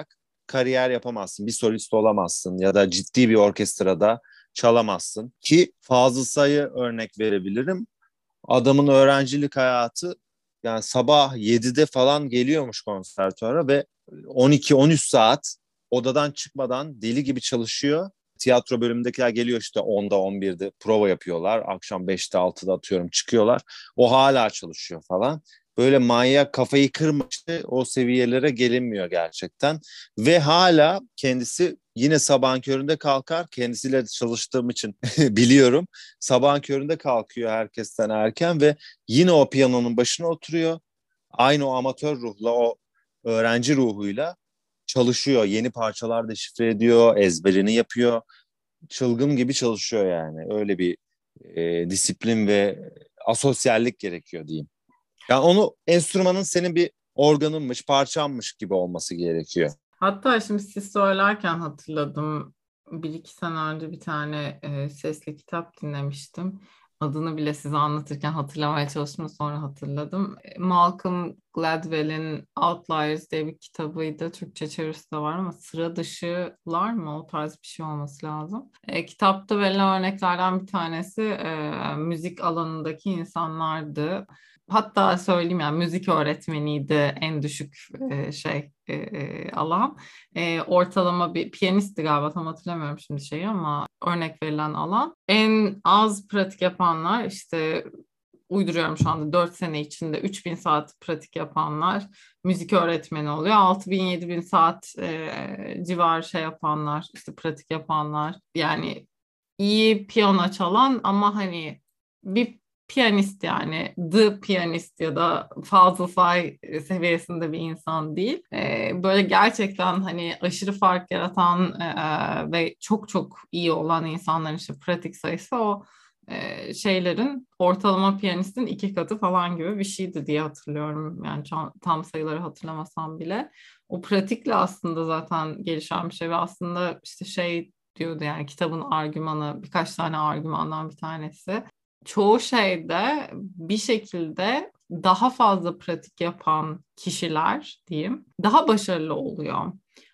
kariyer yapamazsın, bir solist olamazsın ya da ciddi bir orkestrada çalamazsın. Ki Fazıl Say'ı örnek verebilirim. Adamın öğrencilik hayatı, yani sabah yedide falan geliyormuş konservatuara ve on iki on üç saat odadan çıkmadan deli gibi çalışıyor. Tiyatro bölümündekiler geliyor işte onda on birde prova yapıyorlar. Akşam beşte altıda atıyorum çıkıyorlar. O hala çalışıyor falan. Böyle manyak, kafayı kırmıştı, o seviyelere gelinmiyor gerçekten. Ve hala kendisi yine sabahın köründe kalkar. Kendisiyle çalıştığım için biliyorum. Sabahın köründe kalkıyor herkesten erken ve yine o piyanonun başına oturuyor. Aynı o amatör ruhla, o öğrenci ruhuyla çalışıyor. Yeni parçalar deşifre ediyor, ezberini yapıyor. Çılgın gibi çalışıyor yani. Öyle bir e, disiplin ve asosyallik gerekiyor diyeyim. Yani onu, enstrümanın senin bir organınmış, parçanmış gibi olması gerekiyor. Hatta şimdi siz söylerken hatırladım. Bir iki sene önce bir tane e, sesli kitap dinlemiştim. Adını bile size anlatırken hatırlamaya çalıştım, sonra hatırladım. E, Malcolm Gladwell'in Outliers diye bir kitabıydı. Türkçe çevirisi de var ama sıra dışılar mı? O tarz bir şey olması lazım. E, kitapta verilen örneklerden bir tanesi e, müzik alanındaki insanlardı. Hatta söyleyeyim, yani müzik öğretmeniydi en düşük e, şey e, e, alan. E, ortalama bir piyanisti galiba, tam hatırlamıyorum şimdi şeyi, ama örnek verilen alan. En az pratik yapanlar işte, uyduruyorum şu anda, dört sene içinde üç bin saat pratik yapanlar müzik öğretmeni oluyor. altı bin yedi bin saat e, civar şey yapanlar, işte pratik yapanlar. Yani iyi piyano çalan ama hani bir piyanist, yani the piyanist ya da Fazıl Say seviyesinde bir insan değil. Ee, böyle gerçekten hani aşırı fark yaratan e, ve çok çok iyi olan insanların işte pratik sayısı o e, şeylerin, ortalama piyanistin iki katı falan gibi bir şeydi diye hatırlıyorum. Yani tam, tam sayıları hatırlamasam bile. O pratikle aslında zaten gelişen bir şey ve aslında işte şey diyordu, yani kitabın argümanı, birkaç tane argümandan bir tanesi. Çoğu şeyde bir şekilde daha fazla pratik yapan kişiler diyeyim daha başarılı oluyor.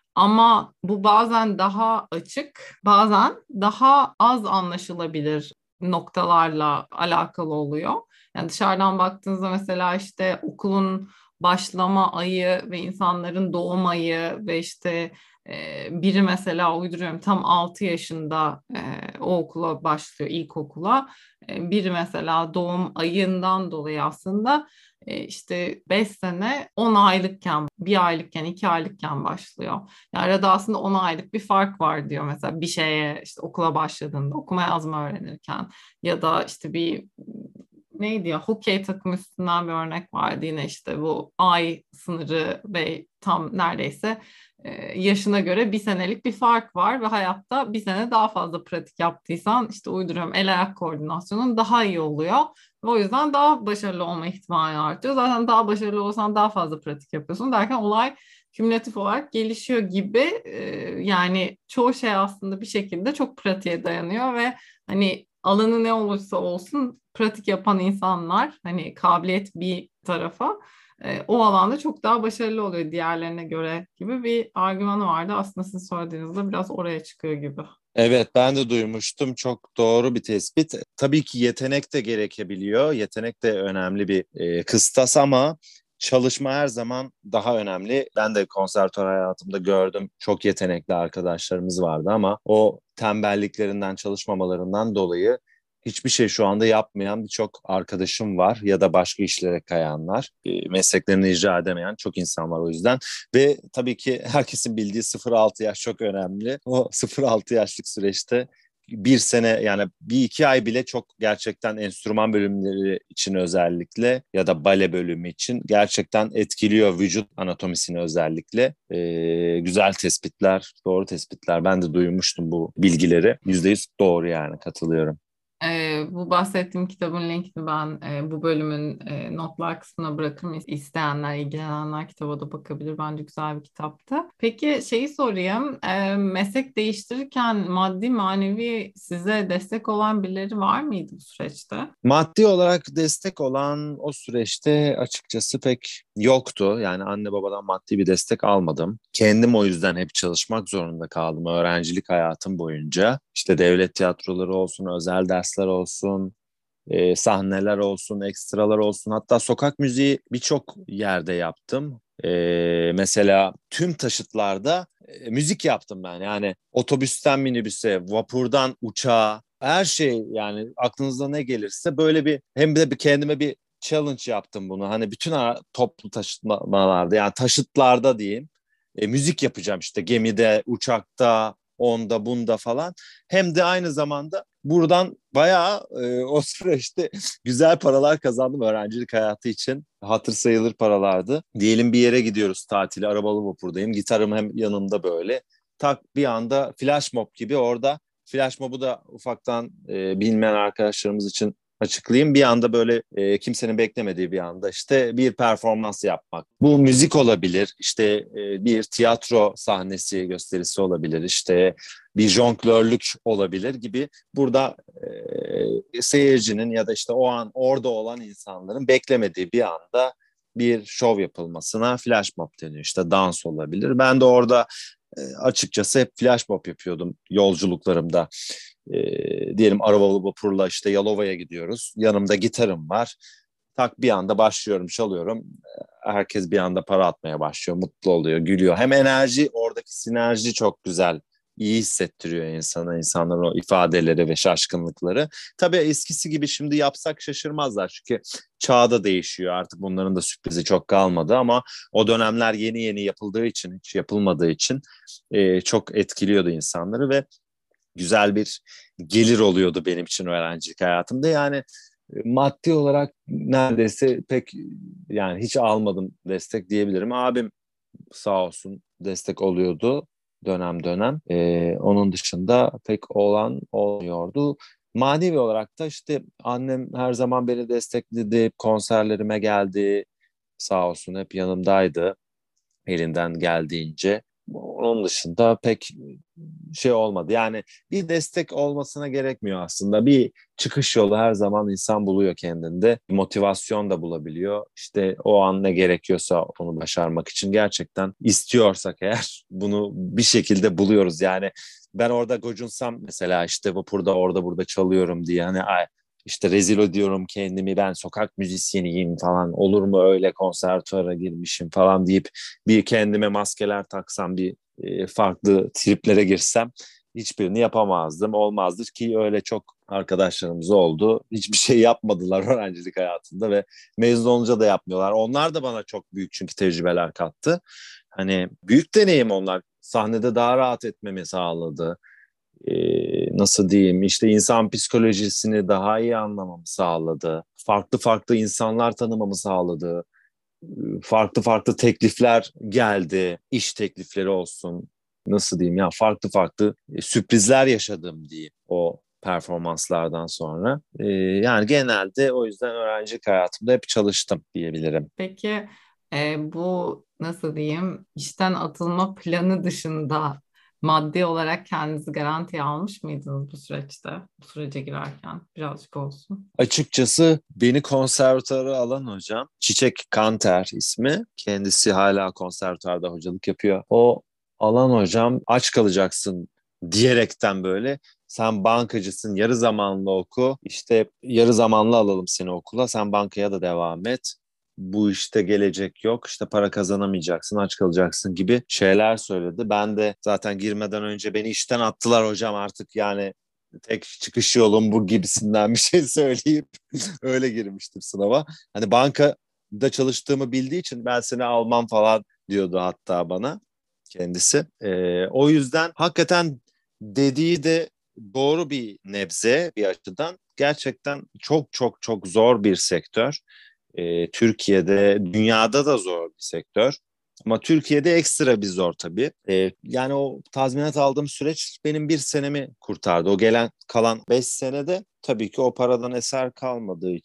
Ama bu bazen daha açık, bazen daha az anlaşılabilir noktalarla alakalı oluyor. Yani dışarıdan baktığınızda mesela işte okulun başlama ayı ve insanların doğum ayı ve işte e, biri mesela, uyduruyorum, tam altı yaşında e, o okula başlıyor, ilkokula. E, biri mesela doğum ayından dolayı aslında e, işte beş sene on aylıkken, bir aylıkken, iki aylıkken başlıyor. Yani arada aslında on aylık bir fark var diyor mesela, bir şeye işte okula başladığında, okuma yazma öğrenirken ya da işte bir neydi ya, hokey takım üstünden bir örnek vardı yine, işte bu ay sınırı ve tam neredeyse e, yaşına göre bir senelik bir fark var ve hayatta bir sene daha fazla pratik yaptıysan işte, uyduruyorum, el ayak koordinasyonun daha iyi oluyor ve o yüzden daha başarılı olma ihtimali artıyor. Zaten daha başarılı olsan daha fazla pratik yapıyorsun derken olay kümülatif olarak gelişiyor gibi. E, yani çoğu şey aslında bir şekilde çok pratiğe dayanıyor ve hani alanı ne olursa olsun pratik yapan insanlar, hani kabiliyet bir tarafa, e, o alanda çok daha başarılı oluyor diğerlerine göre gibi bir argümanı vardı. Aslında sizin söylediğinizde biraz oraya çıkıyor gibi. Evet, ben de duymuştum. Çok doğru bir tespit. Tabii ki yetenek de gerekebiliyor. Yetenek de önemli bir e, kıstas ama çalışma her zaman daha önemli. Ben de konservatuvar hayatımda gördüm. Çok yetenekli arkadaşlarımız vardı ama o tembelliklerinden, çalışmamalarından dolayı hiçbir şey şu anda yapmayan birçok arkadaşım var ya da başka işlere kayanlar, e, mesleklerini icra edemeyen çok insan var o yüzden. Ve tabii ki herkesin bildiği sıfır altı yaş çok önemli. O sıfır altı yaşlık süreçte bir sene, yani bir iki ay bile çok, gerçekten enstrüman bölümleri için özellikle ya da bale bölümü için gerçekten etkiliyor vücut anatomisini özellikle. Ee, güzel tespitler, doğru tespitler. Ben de duymuştum bu bilgileri. Yüzde yüz doğru, yani katılıyorum. Ee, bu bahsettiğim kitabın linkini ben e, bu bölümün e, notlar kısmına bırakırım. İsteyenler, ilgilenenler kitaba da bakabilir. Bence güzel bir kitaptı. Peki şeyi sorayım, e, meslek değiştirirken maddi manevi size destek olan birileri var mıydı bu süreçte? Maddi olarak destek olan o süreçte açıkçası pek yoktu. Yani anne babadan maddi bir destek almadım. Kendim o yüzden hep çalışmak zorunda kaldım öğrencilik hayatım boyunca. İşte devlet tiyatroları olsun, özel dersler olsun, e, sahneler olsun, ekstralar olsun. Hatta sokak müziği birçok yerde yaptım. E, mesela tüm taşıtlarda e, müzik yaptım ben. Yani otobüsten minibüse, vapurdan uçağa, her şey yani aklınıza ne gelirse böyle bir hem de bir kendime bir challenge yaptım bunu. Hani bütün ara, toplu taşıtmalarda yani taşıtlarda diyeyim. E, müzik yapacağım işte gemide, uçakta, onda, bunda falan. Hem de aynı zamanda buradan bayağı e, o süreçte güzel paralar kazandım öğrencilik hayatı için. Hatır sayılır paralardı. Diyelim bir yere gidiyoruz tatile, arabalı vapurdayım. Gitarım hem yanımda böyle. Tak bir anda flash mob gibi orada. Flash mob'u da ufaktan e, bilmeyen arkadaşlarımız için açıklayayım. Bir anda böyle e, kimsenin beklemediği bir anda işte bir performans yapmak. Bu müzik olabilir, işte e, bir tiyatro sahnesi gösterisi olabilir, işte bir jonglörlük olabilir gibi. Burada e, seyircinin ya da işte o an orada olan insanların beklemediği bir anda bir şov yapılmasına flash mob deniyor. İşte dans olabilir. Ben de orada e, açıkçası hep flash mob yapıyordum yolculuklarımda. E, diyelim arabalı vapurla işte Yalova'ya gidiyoruz. Yanımda gitarım var. Tak bir anda başlıyorum, çalıyorum. Herkes bir anda para atmaya başlıyor, mutlu oluyor, gülüyor. Hem enerji, oradaki sinerji çok güzel, iyi hissettiriyor insana, insanların o ifadeleri ve şaşkınlıkları. Tabii eskisi gibi şimdi yapsak şaşırmazlar çünkü çağ da değişiyor artık bunların da sürprizi çok kalmadı ama o dönemler yeni yeni yapıldığı için, hiç yapılmadığı için e, çok etkiliyordu insanları ve güzel bir gelir oluyordu benim için öğrencilik hayatımda. Yani e, maddi olarak neredeyse pek yani hiç almadım destek diyebilirim. Abim sağ olsun destek oluyordu dönem dönem. Ee, onun dışında pek olan olmuyordu. Manevi olarak da işte annem her zaman beni destekledi, konserlerime geldi. Sağ olsun hep yanımdaydı elinden geldiğince. Onun dışında pek şey olmadı. Yani bir destek olmasına gerekmiyor aslında. Bir çıkış yolu her zaman insan buluyor kendinde. Motivasyon da bulabiliyor. İşte o an ne gerekiyorsa onu başarmak için gerçekten istiyorsak eğer bunu bir şekilde buluyoruz. Yani ben orada gocunsam mesela işte vapurda orada burada çalıyorum diye hani ay, işte rezil ediyorum kendimi ben sokak müzisyeniyim falan olur mu öyle konservatuara girmişim falan deyip bir kendime maskeler taksam bir e, farklı triplere girsem hiçbirini yapamazdım. Olmazdı ki öyle çok arkadaşlarımız oldu. Hiçbir şey yapmadılar öğrencilik hayatında ve mezun olunca da yapmıyorlar. Onlar da bana çok büyük çünkü tecrübeler kattı. Hani büyük deneyim onlar. Sahnede daha rahat etmemi sağladı. Ee, nasıl diyeyim işte insan psikolojisini daha iyi anlamamı sağladı. Farklı farklı insanlar tanımamı sağladı. Farklı farklı teklifler geldi. İş teklifleri olsun. Nasıl diyeyim ya farklı farklı e, sürprizler yaşadım diyeyim o performanslardan sonra. Ee, yani genelde o yüzden öğrencilik hayatımda hep çalıştım diyebilirim. Peki e, bu nasıl diyeyim işten atılma planı dışında maddi olarak kendinizi garantiye almış mıydınız bu süreçte? Bu sürece girerken birazcık olsun. Açıkçası beni konservatuara alan hocam Çiçek Kanter ismi. Kendisi hala konservatuarda hocalık yapıyor. O alan hocam aç kalacaksın diyerekten böyle sen bankacısın yarı zamanlı oku işte yarı zamanlı alalım seni okula sen bankaya da devam et. Bu işte gelecek yok işte para kazanamayacaksın aç kalacaksın gibi şeyler söyledi. Ben de zaten girmeden önce beni işten attılar hocam artık yani tek çıkış yolum bu gibisinden bir şey söyleyip öyle girmiştim sınava. Hani bankada çalıştığımı bildiği için ben seni almam falan diyordu hatta bana kendisi. Ee, o yüzden hakikaten dediği de doğru bir nebze bir açıdan. Gerçekten çok çok çok zor bir sektör. Ee, Türkiye'de, dünyada da zor bir sektör. Ama Türkiye'de ekstra bir zor tabii. Ee, yani o tazminat aldığım süreç benim bir senemi kurtardı. O gelen kalan beş senede tabii ki o paradan eser kalmadığı için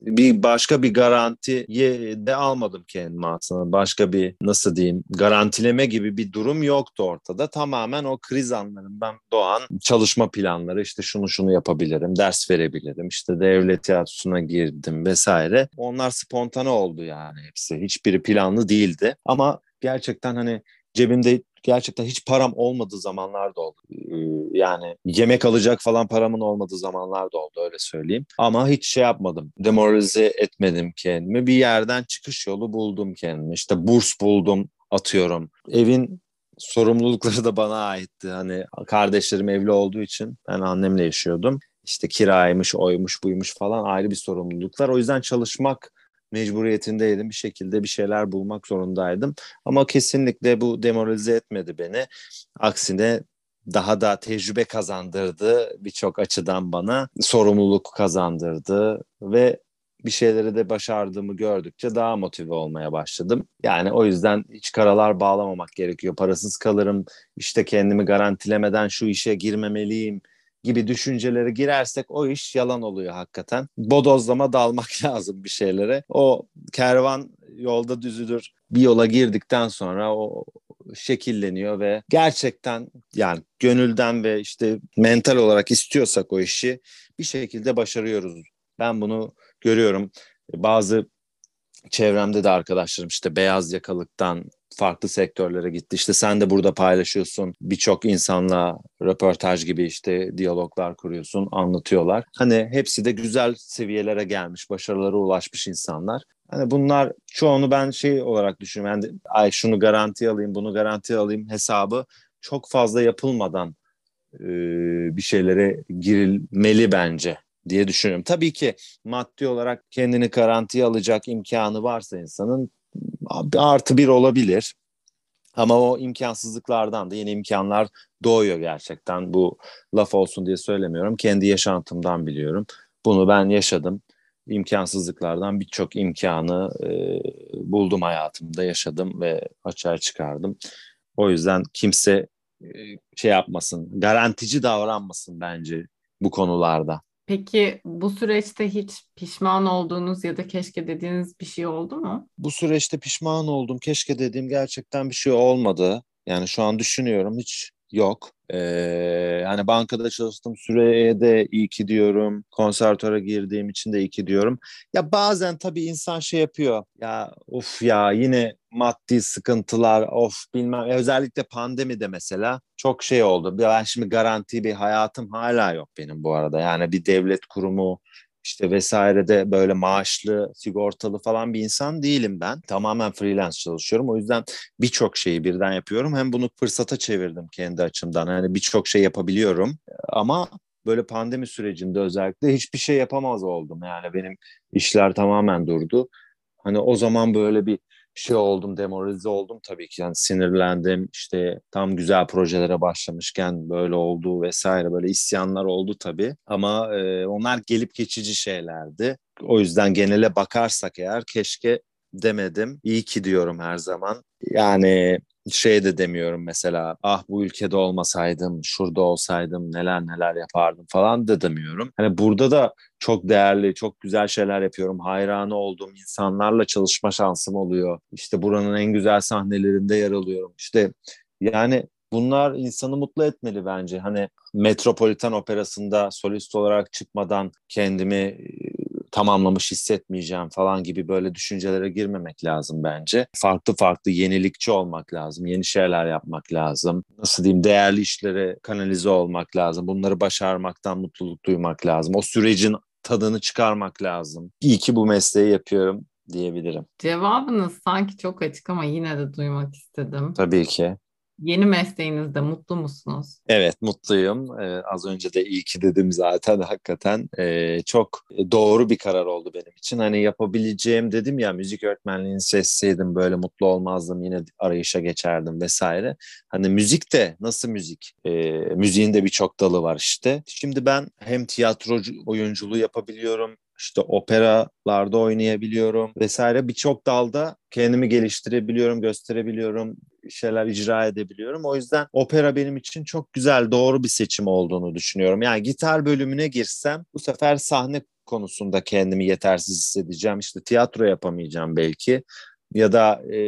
bir başka bir garantiye de almadım kendime aslında. Başka bir, nasıl diyeyim, garantileme gibi bir durum yoktu ortada. Tamamen o kriz anlarından doğan çalışma planları, işte şunu şunu yapabilirim, ders verebilirim, işte devlet tiyatrosuna girdim vesaire. Onlar spontane oldu yani hepsi. Hiçbiri planlı değildi. Ama gerçekten hani cebimde gerçekten hiç param olmadığı zamanlar da oldu. Ee, Yani yemek alacak falan paramın olmadığı zamanlar da oldu, öyle söyleyeyim. Ama hiç şey yapmadım. Demoralize etmedim kendimi. Bir yerden çıkış yolu buldum kendime. İşte burs buldum, atıyorum. Evin sorumlulukları da bana aitti. Hani kardeşlerim evli olduğu için ben annemle yaşıyordum. İşte kiraymış, oymuş, buymuş falan ayrı bir sorumluluklar. O yüzden çalışmak mecburiyetindeydim. Bir şekilde bir şeyler bulmak zorundaydım. Ama kesinlikle bu demoralize etmedi beni. Aksine daha da tecrübe kazandırdı birçok açıdan bana. Sorumluluk kazandırdı ve bir şeyleri de başardığımı gördükçe daha motive olmaya başladım. Yani o yüzden hiç karalar bağlamamak gerekiyor. Parasız kalırım, işte kendimi garantilemeden şu işe girmemeliyim gibi düşüncelere girersek o iş yalan oluyor hakikaten. Bodozlama dalmak lazım bir şeylere. O kervan yolda düzülür. Bir yola girdikten sonra o şekilleniyor ve gerçekten yani gönülden ve işte mental olarak istiyorsak o işi bir şekilde başarıyoruz. Ben bunu görüyorum. Bazı çevremde de arkadaşlarım işte beyaz yakalıktan farklı sektörlere gitti. İşte sen de burada paylaşıyorsun. Birçok insanla röportaj gibi işte diyaloglar kuruyorsun, anlatıyorlar. Hani hepsi de güzel seviyelere gelmiş, başarılara ulaşmış insanlar. Hani bunlar çoğunu ben şey olarak düşünüyorum. Yani ay şunu garantiye alayım, bunu garantiye alayım hesabı çok fazla yapılmadan e, bir şeylere girilmeli bence diye düşünüyorum. Tabii ki maddi olarak kendini garantiye alacak imkanı varsa insanın artı bir olabilir. Ama o imkansızlıklardan da yeni imkanlar doğuyor gerçekten. Bu laf olsun diye söylemiyorum. Kendi yaşantımdan biliyorum. Bunu ben yaşadım. İmkansızlıklardan birçok imkanı e, buldum hayatımda, yaşadım ve açığa çıkardım. O yüzden kimse e, şey yapmasın, garantici davranmasın bence bu konularda. Peki bu süreçte hiç pişman olduğunuz ya da keşke dediğiniz bir şey oldu mu? Bu süreçte pişman oldum. Keşke dediğim gerçekten bir şey olmadı. Yani şu an düşünüyorum, hiç yok. Ee, hani bankada çalıştığım süreye de iyi ki diyorum. Konservatöre girdiğim için de iyi ki diyorum. Ya bazen tabii insan şey yapıyor. Ya of ya, yine maddi sıkıntılar, of bilmem. E, özellikle pandemide mesela çok şey oldu. Ben şimdi garanti bir hayatım hala yok benim bu arada. Yani bir devlet kurumu işte vesairede böyle maaşlı, sigortalı falan bir insan değilim ben. Tamamen freelance çalışıyorum. O yüzden birçok şeyi birden yapıyorum. Hem bunu fırsata çevirdim kendi açımdan. Yani birçok şey yapabiliyorum. Ama böyle pandemi sürecinde özellikle hiçbir şey yapamaz oldum. Yani benim işler tamamen durdu. Hani o zaman böyle bir şey oldum, demoralize oldum tabii ki. Yani sinirlendim. İşte tam güzel projelere başlamışken böyle oldu vesaire, böyle isyanlar oldu tabii. Ama e, onlar gelip geçici şeylerdi. O yüzden genele bakarsak eğer keşke demedim. İyi ki diyorum her zaman. Yani şey de demiyorum mesela, ah bu ülkede olmasaydım, şurada olsaydım neler neler yapardım falan da demiyorum. Hani burada da çok değerli, çok güzel şeyler yapıyorum. Hayranı olduğum insanlarla çalışma şansım oluyor. İşte buranın en güzel sahnelerinde yer alıyorum. İşte yani bunlar insanı mutlu etmeli bence. Hani Metropolitan Operası'nda solist olarak çıkmadan kendimi e, tamamlamış hissetmeyeceğim falan gibi böyle düşüncelere girmemek lazım bence. Farklı farklı yenilikçi olmak lazım. Yeni şeyler yapmak lazım. Nasıl diyeyim, değerli işlere kanalize olmak lazım. Bunları başarmaktan mutluluk duymak lazım. O sürecin tadını çıkarmak lazım. İyi ki bu mesleği yapıyorum diyebilirim. Cevabınız sanki çok açık ama yine de duymak istedim. Tabii ki. Yeni mesleğinizde mutlu musunuz? Evet, mutluyum. Ee, az önce de iyi ki dedim zaten hakikaten. Ee, çok doğru bir karar oldu benim için. Hani yapabileceğim dedim ya, müzik öğretmenliğini seçseydim böyle mutlu olmazdım. Yine arayışa geçerdim vesaire. Hani müzik de nasıl müzik? Ee, müziğin de birçok dalı var işte. Şimdi ben hem tiyatro oyunculuğu yapabiliyorum, işte operalarda oynayabiliyorum vesaire. Birçok dalda kendimi geliştirebiliyorum, gösterebiliyorum, şeyler icra edebiliyorum. O yüzden opera benim için çok güzel, doğru bir seçim olduğunu düşünüyorum. Yani gitar bölümüne girsem bu sefer sahne konusunda kendimi yetersiz hissedeceğim. İşte tiyatro yapamayacağım belki. Ya da e,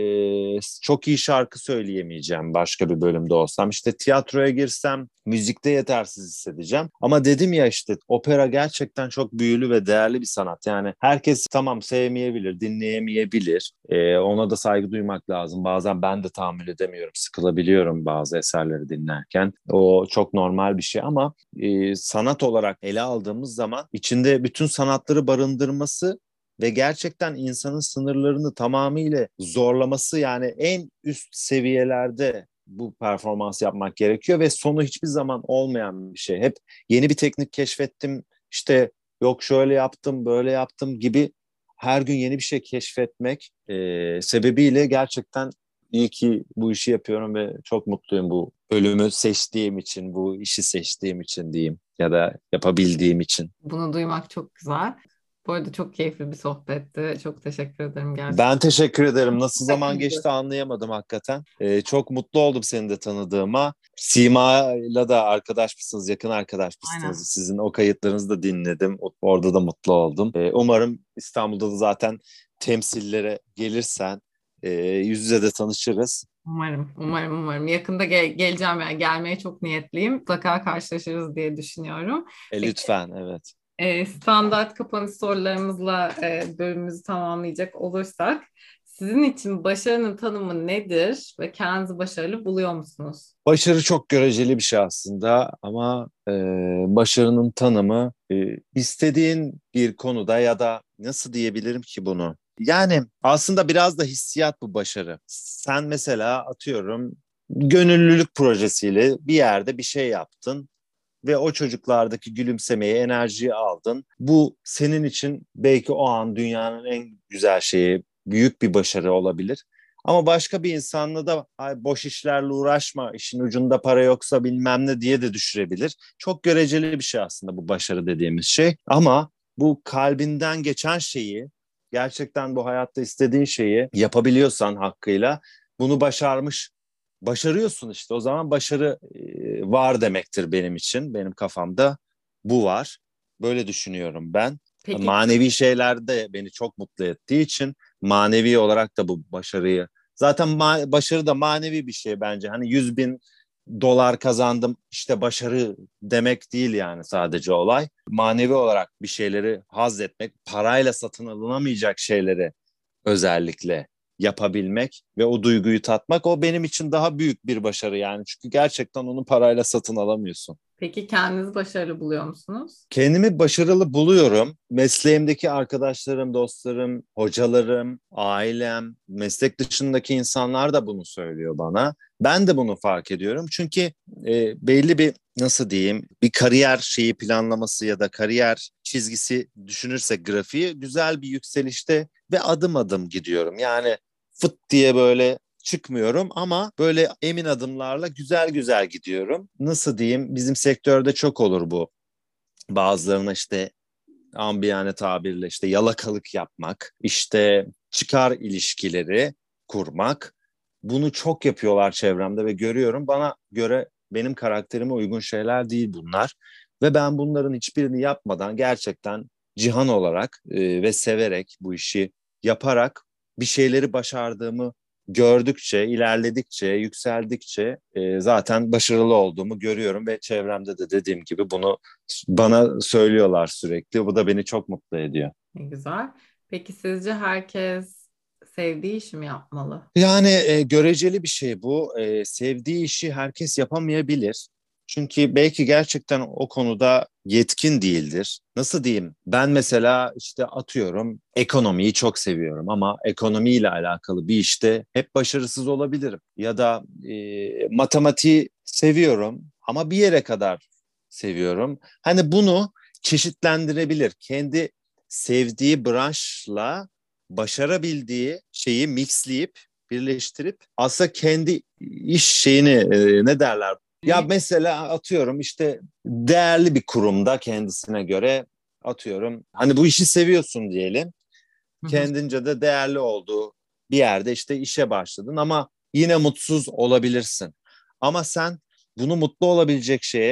çok iyi şarkı söyleyemeyeceğim başka bir bölümde olsam. İşte tiyatroya girsem müzikte yetersiz hissedeceğim. Ama dedim ya işte opera gerçekten çok büyülü ve değerli bir sanat. Yani herkes tamam sevmeyebilir, dinleyemeyebilir. E, ona da saygı duymak lazım. Bazen ben de tahammül edemiyorum, sıkılabiliyorum bazı eserleri dinlerken. O çok normal bir şey ama e, sanat olarak ele aldığımız zaman içinde bütün sanatları barındırması ve gerçekten insanın sınırlarını tamamıyla zorlaması, yani en üst seviyelerde bu performans yapmak gerekiyor ve sonu hiçbir zaman olmayan bir şey. Hep yeni bir teknik keşfettim, işte yok şöyle yaptım, böyle yaptım gibi her gün yeni bir şey keşfetmek e, sebebiyle gerçekten iyi ki bu işi yapıyorum ve çok mutluyum bu bölümü seçtiğim için, bu işi seçtiğim için diyeyim ya da yapabildiğim için. Bunu duymak çok güzel. Bu arada çok keyifli bir sohbetti. Çok teşekkür ederim Ben gerçekten. teşekkür ederim. Nasıl zaman Akıcı. geçti anlayamadım hakikaten. Ee, çok mutlu oldum seni de tanıdığıma. Sima'yla da arkadaş mısınız, yakın arkadaş mısınız? Aynen. Sizin o kayıtlarınızı da dinledim. Orada da mutlu oldum. Ee, umarım İstanbul'da da zaten temsillere gelirsen e, yüz yüze de tanışırız. Umarım, umarım, umarım. Yakında gel- geleceğim yani gelmeye çok niyetliyim. Mutlaka karşılaşırız diye düşünüyorum. E, Peki, lütfen, evet. e, standart kapanış sorularımızla e, bölümümüzü tamamlayacak olursak, sizin için başarının tanımı nedir ve kendinizi başarılı buluyor musunuz? Başarı çok göreceli bir şey aslında ama e, başarının tanımı e, istediğin bir konuda ya da nasıl diyebilirim ki bunu? Yani aslında biraz da hissiyat bu başarı. Sen mesela atıyorum gönüllülük projesiyle bir yerde bir şey yaptın ve o çocuklardaki gülümsemeyi, enerjiyi aldın. Bu senin için belki o an dünyanın en güzel şeyi, büyük bir başarı olabilir. Ama başka bir insanla da ay boş işlerle uğraşma, işin ucunda para yoksa bilmem ne diye de düşürebilir. Çok göreceli bir şey aslında bu başarı dediğimiz şey. Ama bu kalbinden geçen şeyi, gerçekten bu hayatta istediğin şeyi yapabiliyorsan hakkıyla bunu başarmış, başarıyorsun işte. O zaman başarı e, var demektir benim için. Benim kafamda bu var. Böyle düşünüyorum ben. Peki, Manevi şeyler de beni çok mutlu ettiği için manevi olarak da bu başarıyı. Zaten ma- başarı da manevi bir şey bence. Hani yüz bin dolar kazandım işte başarı demek değil yani sadece olay. Manevi olarak bir şeyleri haz etmek, parayla satın alınamayacak şeyleri özellikle yapabilmek ve o duyguyu tatmak, o benim için daha büyük bir başarı yani. Çünkü gerçekten onu parayla satın alamıyorsun. peki kendinizi başarılı buluyor musunuz? Kendimi başarılı buluyorum. Mesleğimdeki arkadaşlarım, dostlarım, hocalarım, ailem, meslek dışındaki insanlar da bunu söylüyor bana. Ben de bunu fark ediyorum. Çünkü e, belli bir, nasıl diyeyim, bir kariyer şeyi planlaması ya da kariyer çizgisi düşünürsek grafiği, güzel bir yükselişte ve adım adım gidiyorum. Yani fıt diye böyle çıkmıyorum ama böyle emin adımlarla güzel güzel gidiyorum. Nasıl diyeyim, bizim sektörde çok olur bu. Bazılarına işte ambiyane tabirle işte yalakalık yapmak, işte çıkar ilişkileri kurmak. Bunu çok yapıyorlar çevremde ve görüyorum. Bana göre benim karakterime uygun şeyler değil bunlar. Ve ben bunların hiçbirini yapmadan gerçekten cihan olarak e, ve severek bu işi yaparak bir şeyleri başardığımı gördükçe, ilerledikçe, yükseldikçe e, zaten başarılı olduğumu görüyorum ve çevremde de dediğim gibi bunu bana söylüyorlar sürekli. Bu da beni çok mutlu ediyor. Ne güzel. Peki sizce herkes sevdiği işi mi yapmalı? Yani e, göreceli bir şey bu. E, sevdiği işi herkes yapamayabilir. Çünkü belki gerçekten o konuda yetkin değildir. Nasıl diyeyim? Ben mesela işte atıyorum ekonomiyi çok seviyorum ama ekonomiyle alakalı bir işte hep başarısız olabilirim. Ya da e, matematiği seviyorum ama bir yere kadar seviyorum. Hani bunu çeşitlendirebilir. Kendi sevdiği branşla başarabildiği şeyi mixleyip birleştirip aslında kendi iş şeyini e, ne derler? Ya Hı mesela atıyorum işte değerli bir kurumda kendisine göre atıyorum hani bu işi seviyorsun diyelim. hı. Kendince de değerli olduğu bir yerde işte işe başladın ama yine mutsuz olabilirsin. Ama sen bunu mutlu olabilecek şeye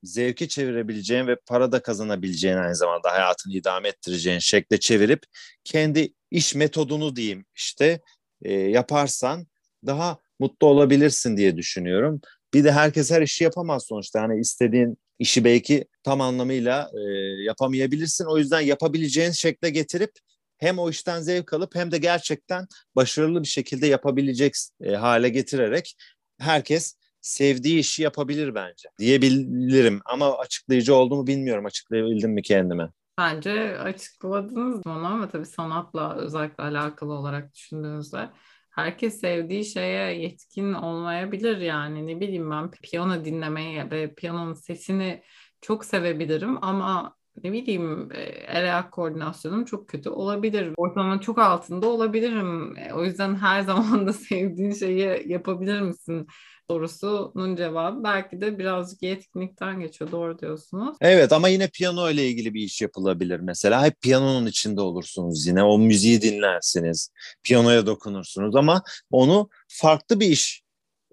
zevki çevirebileceğin ve para da kazanabileceğin, aynı zamanda hayatını idame ettireceğin şekle çevirip kendi iş metodunu diyeyim işte e, yaparsan daha mutlu olabilirsin diye düşünüyorum. Bir de herkes her işi yapamaz sonuçta. Yani istediğin işi belki tam anlamıyla e, yapamayabilirsin. O yüzden yapabileceğin şekle getirip hem o işten zevk alıp hem de gerçekten başarılı bir şekilde yapabilecek e, hale getirerek herkes sevdiği işi yapabilir bence diyebilirim. Ama açıklayıcı oldu mu bilmiyorum. Açıklayabildim mi kendime? Bence açıkladınız onu ama tabii sanatla özellikle alakalı olarak düşündüğünüzde herkes sevdiği şeye yetkin olmayabilir yani ne bileyim ben piyano dinlemeyi ve piyanonun sesini çok sevebilirim ama ne bileyim e, el ayak koordinasyonum çok kötü olabilir. Ortalamanın çok altında olabilirim. E, O yüzden her zaman da sevdiğin şeyi yapabilir misin sorusunun cevabı belki de birazcık yetkinlikten geçiyor. Doğru diyorsunuz. Evet, ama yine piyano ile ilgili bir iş yapılabilir mesela. Hep piyanonun içinde olursunuz yine. O müziği dinlersiniz. Piyanoya dokunursunuz ama onu farklı bir iş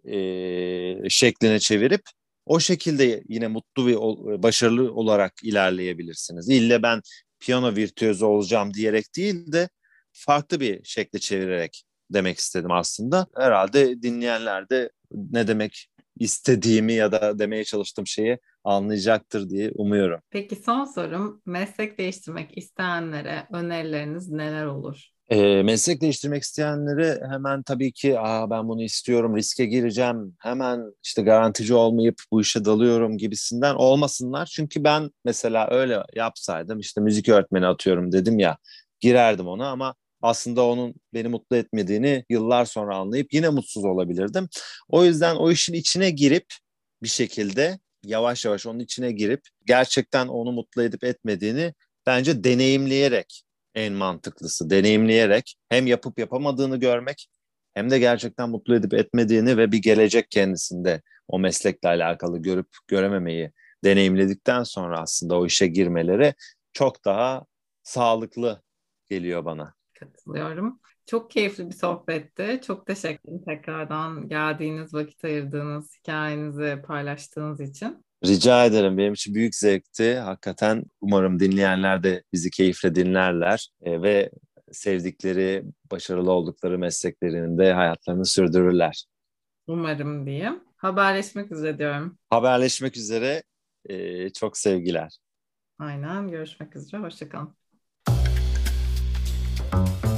e, şekline çevirip o şekilde yine mutlu ve başarılı olarak ilerleyebilirsiniz. İlle ben piyano virtüözü olacağım diyerek değil de farklı bir şekle çevirerek demek istedim aslında. Herhalde dinleyenler de ne demek istediğimi ya da demeye çalıştığım şeyi anlayacaktır diye umuyorum. Peki son sorum, meslek değiştirmek isteyenlere önerileriniz neler olur? E, meslek değiştirmek isteyenlere hemen tabii ki Aa, ben bunu istiyorum, riske gireceğim, hemen işte garantici olmayıp bu işe dalıyorum gibisinden olmasınlar. Çünkü ben mesela öyle yapsaydım, işte müzik öğretmeni atıyorum dedim ya, girerdim ona ama aslında onun beni mutlu etmediğini yıllar sonra anlayıp yine mutsuz olabilirdim. O yüzden o işin içine girip bir şekilde yavaş yavaş onun içine girip gerçekten onu mutlu edip etmediğini bence deneyimleyerek, en mantıklısı deneyimleyerek hem yapıp yapamadığını görmek hem de gerçekten mutlu edip etmediğini ve bir gelecek kendisinde o meslekle alakalı görüp görememeyi deneyimledikten sonra aslında o işe girmeleri çok daha sağlıklı geliyor bana. Katılıyorum. Çok keyifli bir sohbetti. Çok teşekkür ederim tekrardan geldiğiniz, vakit ayırdığınız, hikayenizi paylaştığınız için. Rica ederim. Benim için büyük zevkti. Hakikaten umarım dinleyenler de bizi keyifle dinlerler e, ve sevdikleri, başarılı oldukları mesleklerinde hayatlarını sürdürürler. Umarım diyeyim. Haberleşmek üzere diyorum. Haberleşmek üzere. Ee, çok sevgiler. Aynen. Görüşmek üzere. Hoşça kalın.